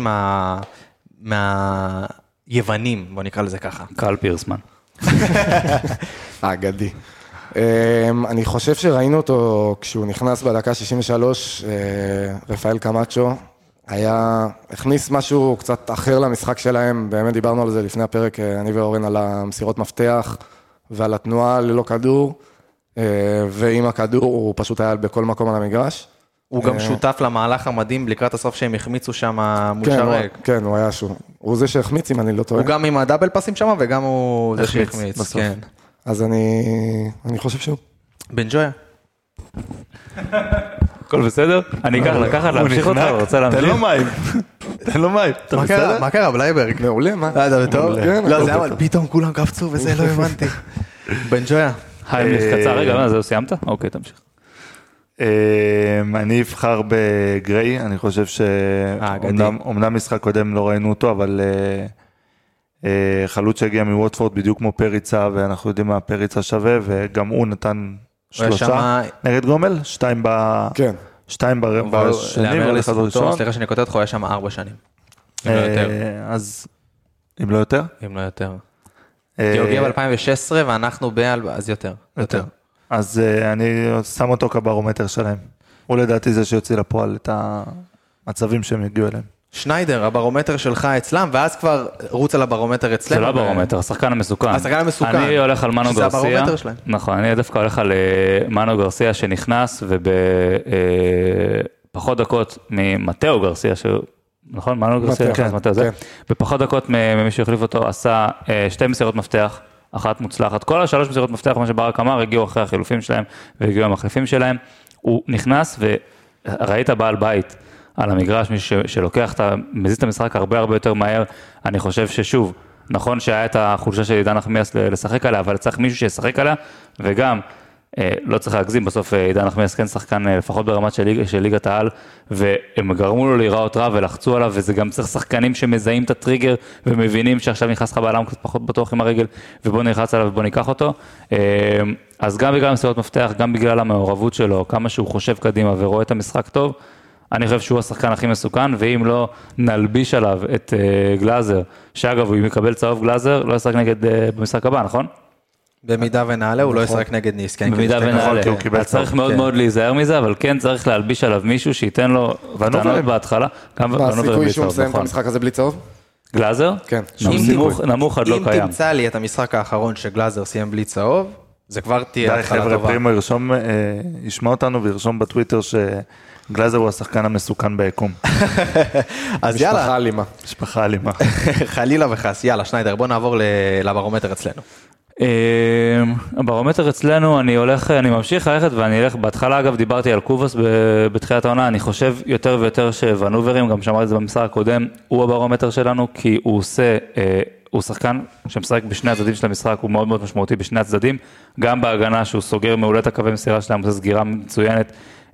יוונים, בוא נקרא לזה ככה. קל פירסמן. אגדי. אני חושב שראינו אותו כשהוא נכנס בדקה 63, רפאל קמצ'ו, הכניס משהו קצת אחר למשחק שלהם, באמת דיברנו על זה לפני הפרק, אני ואורן על המסירות מפתח ועל התנועה ללא כדור. ועם הכדור הוא פשוט היה בכל מקום על המגרש. הוא גם שותף למהלך המדהים לקראת הסוף שהם החמיצו שם מול כן, שרק. כן, הוא היה הוא זה שהחמיץ אם אני לא טועה. הוא גם עם הדאבל פסים שם וגם הוא זה שהחמיץ. כן. אז אני חושב שהוא. בן ג'ויה. הכל בסדר? אני אקח לקחת להמשיך אותך, הוא רוצה להמשיך. תן לו מים. תן לו מים. אתה בסדר? מה קרה? בלייברג. מעולה, מה? אתה טוב? כן, לא, הכל זה היה פתאום כולם קפצו וזה, לא הבנתי. בן ג'ויה. היי, קצר, רגע, מה, זהו, סיימת? אוקיי, תמשיך. אני אבחר בגריי, אני חושב שאומנם משחק קודם לא ראינו אותו, אבל חלוץ שהגיע מווטפורד בדיוק כמו פריצה, ואנחנו יודעים מה פריצה שווה, וגם הוא נתן 3 נגד גומל, 2 ברבע השני, והולך הראשון. סליחה שאני כותב אותך, הוא היה שם 4 שנים. אז אם לא יותר? אם לא יותר. כי הוא הגיע ב-2016 ואנחנו אז יותר. אז אני שם אותו כברומטר שלהם. הוא לדעתי זה שיוציא לפועל את המצבים שהם יגיעו אליהם. שניידר, הברומטר שלך אצלם, ואז כבר רוץ על הברומטר אצלנו. זה לא הברומטר, השחקן המסוכן. השחקן המסוכן. אני הולך על מנו גרסיה. זה הברומטר שלהם. נכון, אני דווקא הולך על מנו גרסיה שנכנס, ובפחות דקות ממטאו גרסיה, נכון? מנו גרסיה, מטאו זה. בפחות דקות ממי שהחליף אותו, עשה 2 מסירות מפתח, 1 מוצלחת. כל 3 מסירות מפתח, מה שברק אמר, הגיעו אחרי החילופים שלהם, והגיעו המחליפים שלהם. הוא נכנס וראית בעל בית על המגרש, מי שלוקח, מזיז את המשחק הרבה יותר מהר. אני חושב ששוב, נכון שהיה את החולשה של עידן נחמיאס לשחק עליה, אבל צריך מישהו שישחק עליה, וגם לא צריך להגזים, בסוף עידן נחמיאס כן שחקן לפחות ברמת של ליגת העל, והם גרמו לו להיראות רע ולחצו עליו, וזה גם צריך שחקנים שמזהים את הטריגר, ומבינים שעכשיו נכנס לך בעולם קצת פחות בטוח עם הרגל, ובוא נלחץ עליו ובוא ניקח אותו. אז גם בגלל מסירות מפתח, גם בגלל המעורבות שלו, כמה שהוא חושב קדימה ורואה את המשחק טוב, אני חושב שהוא השחקן הכי מסוכן, ואם לא נלביש עליו את גלאזר, שאגב הוא מקבל צהוב גלאזר, לא ישחק נגד במשחק הבא, נכון? במידה ונעלה, הוא לא ישחק נגד ניס. במידה ונעלה, צריך מאוד להיזהר מזה, אבל כן צריך להלביש עליו מישהו שייתן לו קטנות בהתחלה. מה, הסיכוי שהוא מסיים את המשחק הזה בלי צהוב? גלאזר? כן. נמוך עד לא קיים. אם תמצא לי את המשחק האחרון שגלאזר סיים בלי צהוב, זה כבר תהיה התחלה טובה. חבר'ה, פרימו ישמע אותנו וירשום בטוויטר שגלאזר הוא השחקן המסוכן ביקום. אז יאללה. משפחה אלימה. משפחה אלימה. חלילה וחס. יאללה, שניידר, בוא נעבור לברומטר אצלנו. הברומטר אצלנו, אני ממשיך ללכת ואני אלך, בהתחלה אגב דיברתי על קובס בתחילת העונה, אני חושב יותר ויותר שוונוברים, גם שמעתי את זה במשחק הקודם, הוא הברומטר שלנו, כי הוא שחקן שמשחק בשני הצדדים של המשחק, הוא מאוד מאוד משמעותי בשני הצדדים, גם בהגנה שהוא סוגר מעולה את הקווי מסירה שלהם, עושה סגירה מצוינת,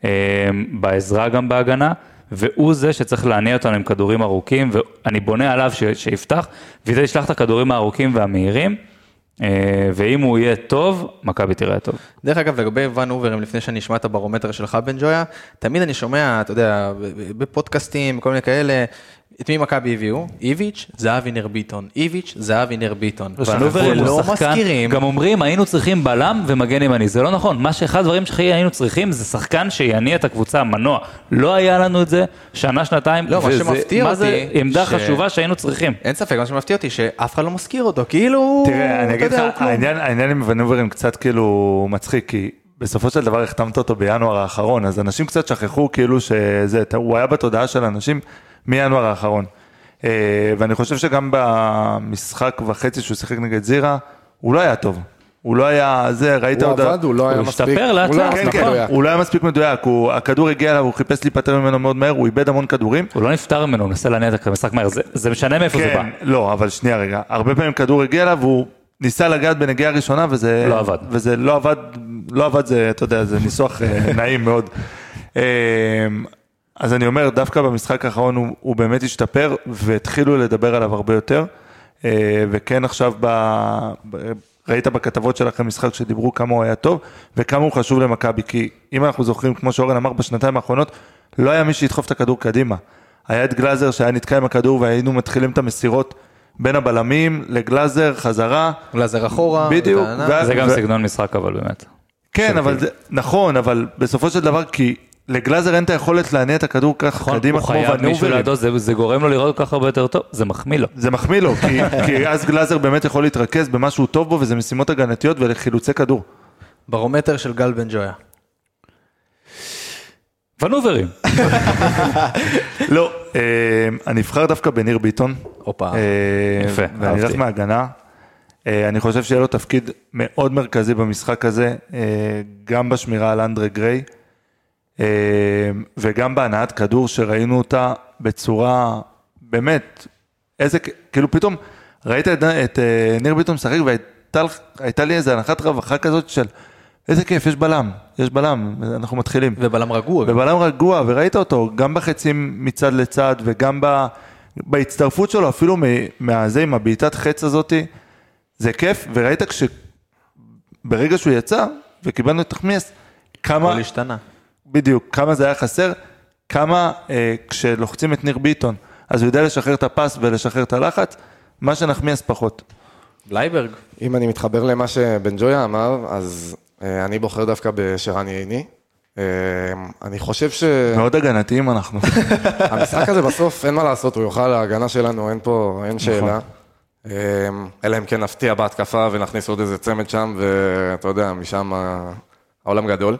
בעזרה גם בהגנה, והוא זה שצריך להניע אותנו עם כדורים ארוכים, ואני בונה עליו שיפתח, וזה ישלח את הכדורים הארוכים והמהירים, ואם הוא יהיה טוב, מכבי תראה טוב. דרך אגב, לגבי ון אוברים, לפני שאני אשמע את הברומטר שלך, בן ג'ויה, תמיד אני שומע, אתה יודע, בפודקאסטים, כל מיני כאלה, את מי מכבי הביאו? איביץ', זהבי נר ביטון. איביץ', זהבי נר ביטון. ונוברים לא מזכירים. גם אומרים, היינו צריכים בלם ומגן ימני. זה לא נכון. מה שאחד הדברים שהיינו צריכים, זה שחקן שיניע את הקבוצה, מנוע. לא היה לנו את זה שנה, שנתיים. לא, מה שמפתיע אותי... זה עמדה חשובה שהיינו צריכים. אין ספק, מה שמפתיע אותי, שאף אחד לא מזכיר אותו. כאילו... תראה, אני אגיד לך, העניין עם ונוברים קצת כאילו מצחיק, כי בסופו של דבר החתמת אותו בינואר האחרון, אז אנשים קצת שכחו כאילו שזה, הוא היה בתודעה של אנשים מינואר האחרון. ואני חושב שגם במשחק וחצי שהוא שיחק נגד זירה, הוא לא היה טוב. הוא לא היה, זה, ראית עוד... הוא עבד, הוא לא היה מספיק. הוא השתפר לאט לאט, נכון. הוא לא היה מספיק מדויק, הכדור הגיע אליו, הוא חיפש להיפטר ממנו מאוד מהר, הוא איבד המון כדורים. הוא לא נפטר ממנו, הוא נסה להניע את המשחק מהר, זה משנה מאיפה זה בא. לא, אבל שנייה רגע, הרבה פעמים כדור הגיע אליו, והוא ניסה לגעת בנגיעה הראשונה, וזה... לא עבד. וזה לא עבד, זה, אתה יודע, זה ניסוח נעים מאוד. אז אני אומר, דווקא במשחק האחרון הוא באמת השתפר, והתחילו לדבר עליו הרבה יותר, וכן עכשיו ראית בכתבות שלכם משחק שדיברו כמה הוא היה טוב, וכמה הוא חשוב למכבי, כי אם אנחנו זוכרים, כמו שאורן אמר בשנתיים האחרונות, לא היה מי שידחוף את הכדור קדימה. היה את גלאזר שהיה נתקע עם הכדור, והיינו מתחילים את המסירות בין הבלמים לגלאזר, חזרה. גלאזר אחורה. בדיוק. זה גם סגנון משחק, אבל באמת. כן, אבל נכון, אבל בסופו של דבר, כי לגלאזר אין את היכולת להניע את הכדור כך קדימה כמו ונוברים. זה גורם לו לראות כך הרבה יותר טוב, זה מחמיא לו. זה מחמיא לו, כי אז גלאזר באמת יכול להתרכז במה שהוא טוב בו, וזה משימות הגנתיות ולחילוצי כדור. ברומטר של גל בן ג'ויה. ונוברים. לא, אני אבחר דווקא בניר ביטון. אופה. יפה, ואני אלך אהבתי. מהגנה. אני חושב שיהיה לו תפקיד מאוד מרכזי במשחק הזה, גם בשמירה על אנדרי גריי, וגם בהנעת כדור שראינו אותה בצורה, באמת, כאילו פתאום ראית את ניר ביטון משחק, והייתה לי איזו הנחת רווחה כזאת של, איזה כיף, יש בלם, אנחנו מתחילים. ובלם רגוע. ובלם רגוע, וראית אותו גם בחצים מצד לצד, וגם בהצטרפות שלו, אפילו מהזה, עם הבעיטת חץ הזאת, זה כיף, וראית ברגע שהוא יצא, וקיבלנו את תחמיאס, כמה... הכל השתנה. בדיוק, כמה זה היה חסר, כמה כשלוחצים את ניר ביטון, אז הוא יודע לשחרר את הפס ולשחרר את הלחץ, מה שנחמיאס פחות. בלייברג. אם אני מתחבר למה שבן ג'ויה אמר, אז אני בוחר דווקא בשרן ייני. אני חושב מאוד הגנתיים אנחנו. המשחק הזה בסוף אין מה לעשות, הוא יוכל להגנה שלנו, אין שאלה. אלא אם כן נפתיע בהתקפה ונכניס עוד איזה צמד שם, ואתה יודע, משם העולם גדול.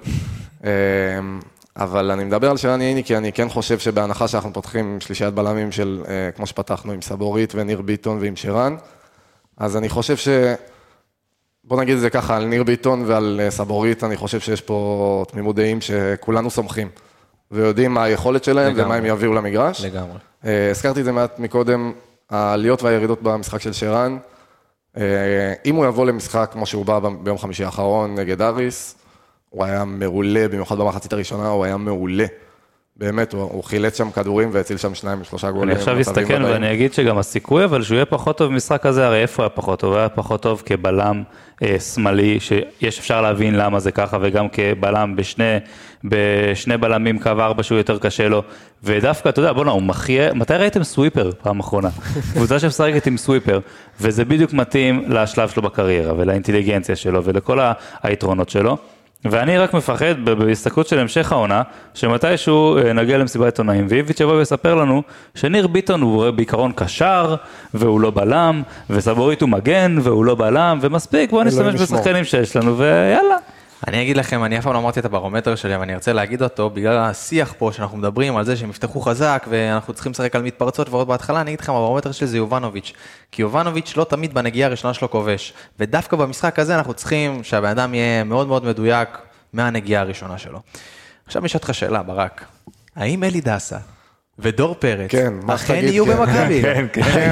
אבל אני מדבר על שרן ייני, כי אני כן חושב שבהנחה שאנחנו פותחים שלישיית בלמים של, כמו שפתחנו עם סבורית וניר ביטון ועם שרן, אז אני חושב בוא נגיד את זה ככה, על ניר ביטון ועל סבורית, אני חושב שיש פה תמימות דעים שכולנו סומכים, ויודעים מה היכולת שלהם ומה הם יביאו למגרש. לגמרי. הזכרתי את זה מעט מקודם, העליות והירידות במשחק של שרן, אם הוא יבוא למשחק כמו שהוא בא ביום חמישי האחרון נגד אריס, הוא היה מעולה, במיוחד במחצית הראשונה, הוא היה מעולה. באמת, הוא חילץ שם כדורים והציל שם 2-3 גולים. אני עכשיו אסתכן ואני אגיד שגם הסיכוי, אבל שהוא יהיה פחות טוב במשחק הזה, הרי איפה היה פחות טוב? הוא היה פחות טוב כבלם שמאלי, שיש אפשר להבין למה זה ככה, וגם כבלם בשני בלמים קו 4 שהוא יותר קשה לו, ודווקא, אתה יודע, בוא'נה, הוא מחיה, מתי ראיתם סוויפר פעם אחרונה? קבוצה שמשחקת עם סוויפר, וזה בדיוק מתאים לשלב שלו בקריירה, ולאינטליגנציה שלו, ולכל היתרונות שלו. ואני רק מפחד בהסתכלות של המשך העונה, שמתישהו נגיע למסיבת עיתונאים, ואיביץ' יבוא ויספר לנו שניר ביטון הוא בעיקרון קשר, והוא לא בלם, וסבורית הוא מגן, והוא לא בלם, ומספיק, בואו נשתמש בשחקנים שיש לנו, ויאללה. אני אגיד לכם, אני אף פעם לא אמרתי את הברומטר שלי, אבל אני ארצה להגיד אותו, בגלל השיח פה שאנחנו מדברים על זה שהם יפתחו חזק, ואנחנו צריכים לשחק על מתפרצות ועוד בהתחלה, אני אגיד לכם, הברומטר שלי זה יובנוביץ', כי יובנוביץ' לא תמיד בנגיעה הראשונה שלו כובש, ודווקא במשחק הזה אנחנו צריכים שהבן אדם יהיה מאוד מאוד מדויק מהנגיעה הראשונה שלו. עכשיו יש אותך שאלה, ברק, האם אלי דסה ודור פרץ, כן, אכן יהיו במכבי? כן,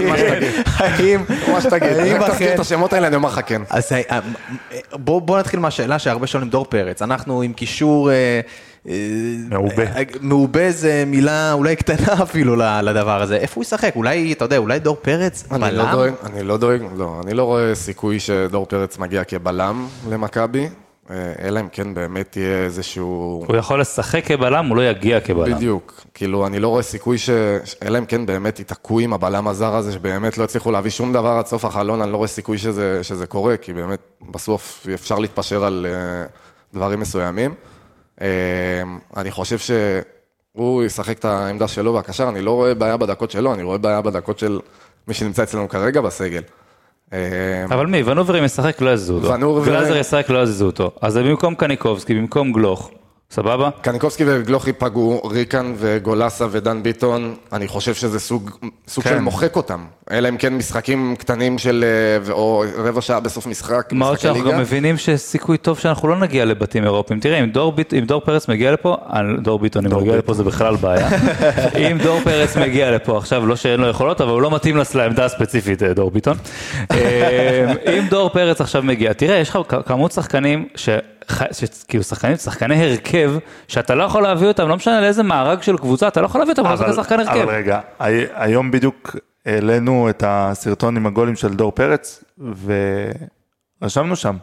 מה שתגיד, רק תזכיר את השמות האלה, אני אומר לך כן. אז בוא נתחיל מהשאלה שהרבה שואלים דור פרץ, אנחנו עם קישור מעובה. מעובה זה מילה אולי קטנה אפילו לדבר הזה, איפה הוא ישחק? אולי, אתה יודע, אולי דור פרץ בלם? אני לא רואה סיכוי שדור פרץ מגיע כבלם למכבי, אלא אם כן באמת יהיה איזשהו... הוא יכול לשחק כבלם, הוא לא יגיע כבלם. בדיוק, כאילו אני לא רואה סיכוי אלא אם כן באמת יתעקו עם הבלם הזר הזה, שבאמת לא הצליחו להביא שום דבר עד סוף החלון, אני לא רואה סיכוי שזה קורה, כי באמת בסוף אפשר להתפשר על דברים מסוימים. אני חושב שהוא ישחק את העמדה שלו והקשר, אני לא רואה בעיה בדקות שלו, אני רואה בעיה בדקות של מי שנמצא אצלנו כרגע בסגל. אבל מי? ונוברים ישחק לא יזזו אותו. גלאזר ישחק לא יזזו אותו. אז זה במקום קניקובסקי, במקום גלוך. סבבה? קניקובסקי וגלוך ייפגעו, ריקן וגולסה ודן ביטון, אני חושב שזה סוג של מוחק אותם. אלה הם כן משחקים קטנים של, או רבע שעה בסוף משחק. מה עוד שאנחנו גם מבינים שסיכוי טוב שאנחנו לא נגיע לבתים אירופיים. תראה, אם דור פרץ מגיע לפה, דור ביטון אם מגיע לפה זה בכלל בעיה. אם דור פרץ מגיע לפה, עכשיו לא שאין לו יכולות, אבל הוא לא מתאים לעמדה הספציפית, דור ביטון. אם דור פרץ עכשיו מגיע, תראה, יש לך כמות שחקנים כאילו שחקני הרכב, שאתה לא יכול להביא אותם, לא משנה לאיזה מארג של קבוצה, אתה לא יכול להביא אותם, אבל שחקן הרכב. אבל רגע, היום בדיוק העלינו את הסרטון עם הגולים של דור פרץ, ורשמנו שם,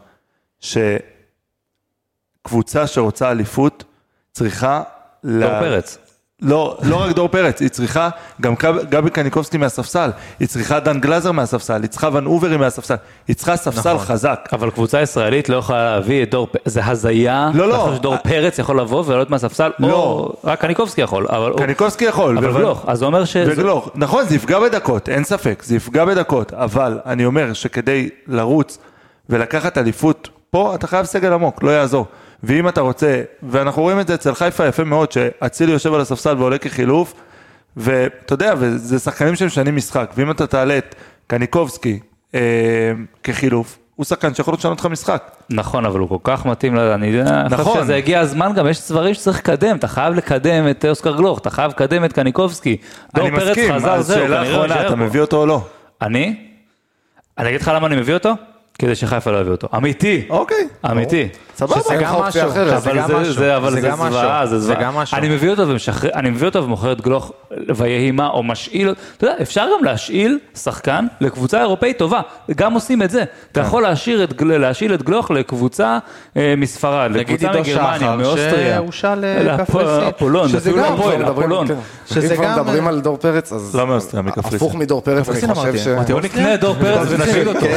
שקבוצה שרוצה אליפות, צריכה... דור פרץ. לא רק דור פרץ, היא צריכה גם גבי קניקובסקי מהספסל, היא צריכה דן גלאזר מהספסל, היא צריכה ון אוברי מהספסל, היא צריכה ספסל חזק. אבל קבוצה ישראלית לא יכולה להביא את דור פרץ, זה הזיה, לא. שדור פרץ יכול לבוא ולעלות מהספסל, או רק קניקובסקי יכול. קניקובסקי יכול. אבל גלוך, אז זה אומר ש... נכון, זה יפגע בדקות, אין ספק, זה יפגע בדקות, אבל אני אומר שכדי לרוץ ולקחת אליפות פה אתה חייב סגל עמוק, לא יעזור. ואם אתה רוצה, ואנחנו רואים את זה אצל חיפה יפה מאוד, שאצילי יושב על הספסל ועולה כחילוף, ואתה יודע, וזה שחקנים שמשנים משחק, ואם אתה תעלה את קניקובסקי כחילוף, הוא שחקן שיכול לשנות לך משחק. נכון, אבל הוא כל כך מתאים, אני נכון. חושב שזה הגיע הזמן, גם יש דברים שצריך לקדם, אתה חייב לקדם את אוסקר גלוך, אתה חייב לקדם את קניקובסקי. אני מסכים, אז שאלה אחרונה, אתה מביא אותו או לא? אני אגיד לך למה אני מביא אותו? כדי שחיפה לא יביא אותו. אמיתי. אוקיי. אמיתי. סבבה. שזה גם משהו. אבל זה זוועה, זה גם משהו. אני מביא אותו ומוכר את גלוך ויהימה או משאיל. אתה יודע, אפשר גם להשאיל שחקן לקבוצה אירופאית טובה. גם עושים את זה. אתה יכול להשאיל את גלוך לקבוצה מספרד, לקבוצה מגרמניה, מאוסטריה. שהוא שאל קפריסין. אפולון, אפילו הפועל, אפולון. אם כבר מדברים על דור פרץ, אז לא מאוסטריה, מקפריסין. הפוך מדור פרץ, אני חושב ש... בוא נקנה את דור פרץ ונשאיל אותו.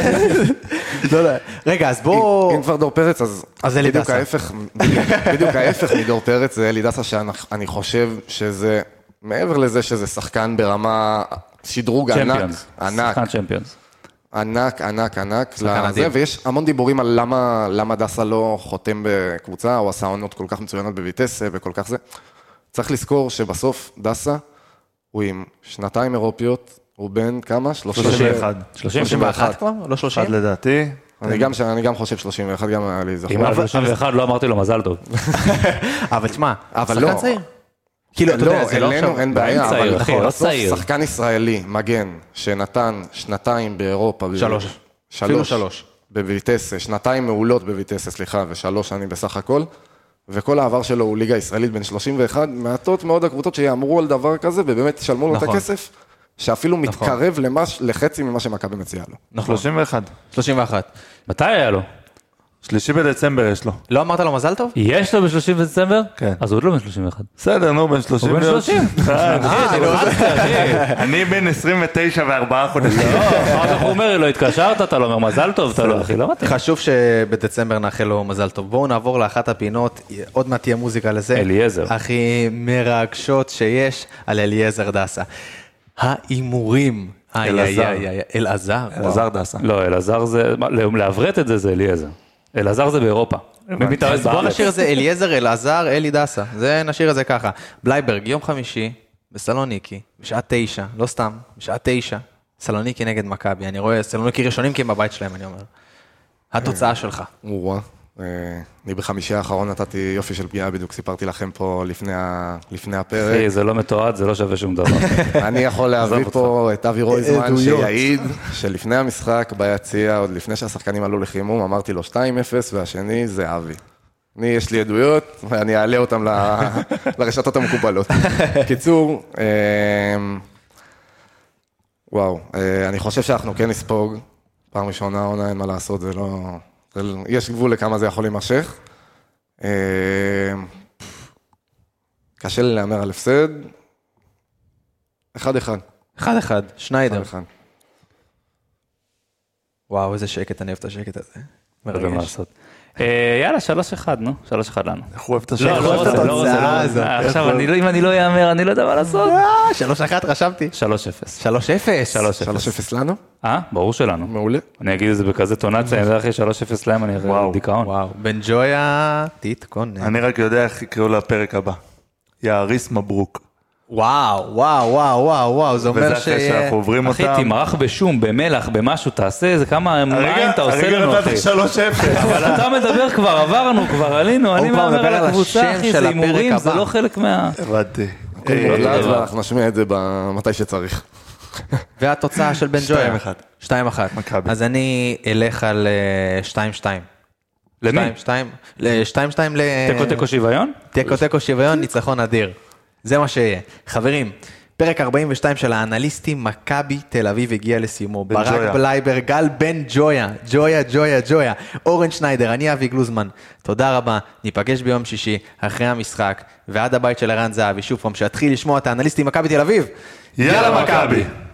רגע, אז בוא... אם כבר דור פרץ, אז אלי בדיוק דסה. בדיוק ההפך מדור פרץ, זה אלי דסה שאני חושב שזה, מעבר לזה שזה שחקן ברמה, שדרוג ענק, שחקן צ'מפיונס. ענק, אדיר. ויש המון דיבורים על למה דסה לא חותם בקבוצה, או עשה עונות כל כך מצוינות בויטסה וכל כך זה. צריך לזכור שבסוף דסה, הוא עם 2 אירופיות, הוא בן כמה? 31 כבר? לא 30? לדעתי. אני גם חושב 31, גם היה לי זכור. אם היה 31 לא אמרתי לו מזל טוב. אבל תשמע, אבל שחקן לא. צעיר. כאילו, אתה יודע, זה לא אלינו עכשיו... אין בעיה, צעיר, אבל אחי, לא בסוף צעיר. שחקן ישראלי, מגן, שנתן 2 באירופה. 3. אפילו 3. בויטסה, 2 מעולות בויטסה, סליחה, ו3 שנים בסך הכל. וכל העבר שלו הוא ליגה ישראלית בין 31, מעטות מאוד הקבוצות שיאמרו על דבר כזה, ובאמת תשלמו לו את הכסף, שאפילו מתקרב לחצי ממה שמכבי מציעה לו. נכון. 31. 31. מתי היה לו? 3 בדצמבר יש לו. לא אמרת לו מזל טוב? יש לו ב-30 בדצמבר? כן. אז הוא עוד לא בן 31. בסדר, נו, בן 30. הוא בן 30. אני בן 29 ו4 חודשים. אחר כך הוא אומר, לא התקשרת, אתה לא אומר מזל טוב, אתה לא, אחי, לא מתאים. חשוב שבדצמבר נאחל לו מזל טוב. בואו נעבור לאחת הפינות, עוד מעט תהיה מוזיקה לזה. אליעזר. הכי מרגשות שיש על אליעזר דסה. ההימורים. אלעזר. אלעזר דסה. לא, אלעזר זה, לעברת את זה זה אליעזר. אלעזר זה באירופה. אז בואו נשאיר את זה אליעזר, אלעזר, אלי דסה. זה נשאיר את זה ככה. בלייברג, יום חמישי, בסלוניקי, בשעה 9, לא סתם, בשעה 9, סלוניקי נגד מכבי. אני רואה סלוניקי ראשונים כי הם בבית שלהם, אני אומר. התוצאה שלך. אני בחמישי האחרון נתתי יופי של פגיעה, בדיוק סיפרתי לכם פה לפני הפרק. אחי, זה לא מתועד, זה לא שווה שום דבר. אני יכול להביא פה את אבי רויזמן שיעיד שלפני המשחק ביציע, עוד לפני שהשחקנים עלו לחימום, אמרתי לו 2-0 והשני זה אבי. יש לי עדויות ואני אעלה אותם לרשתות המקובלות. קיצור, וואו, אני חושב שאנחנו כן נספוג, פעם ראשונה עונה אין מה לעשות, זה לא... יש גבול לכמה זה יכול להימשך. קשה לי להאמר על הפסד. 1-1. 1-1, שניידר. 1-1. וואו, איזה שקט, אני אוהב את השקט הזה. לא יודע מה לעשות. יאללה, 3-1, נו. 3-1 לנו. איך הוא אוהב את לא, לא רוצה. עכשיו, אם אני לא יאמר, אני לא יודע מה לעשות. 3-1 רשמתי. 3-0. 3-0 לנו? ברור שלנו. מעולה. אני אגיד את זה בכזה טונציה, אני יודע אחרי 3-0 להם, אני אראה דיכאון. וואו, בן ג'ויה, תתכונן. אני רק יודע איך יקראו לפרק הבא. יעריס מברוק. וואו, זה אומר וזה אחרי שאנחנו עוברים אותם. אחי, תמרח בשום, במלח, במשהו, תעשה איזה כמה מים אתה עושה לנו, אחי. הרגע נתת 3-0. אבל אתה מדבר כבר, עברנו, כבר עלינו, אני כבר מאמר מדבר על על הקבוצה, השם אחי, של זה הפרק הימורים, זה הבא. לא חלק מה... הבנתי. ואנחנו נשמיע את זה מתי שצריך. והתוצאה של בן ג'ויה. 2-1. 2-1. אז אני אלך על 2-2. למי? 2-2 ל... תיקו שוויון? תיקו שוויון, ניצחון אדיר. זה מה שיהיה. חברים, פרק 42 של האנליסטים, מכבי תל אביב הגיע לסיומו. ברק בלייבר, גל בן ג'ויה, אורן שניידר, אני אבי גלוזמן. תודה רבה, ניפגש ביום שישי, אחרי המשחק, ועד הבית של ערן זהבי, שוב פעם, שיתחיל לשמוע את האנליסטים מכבי תל אביב. יאללה מכבי!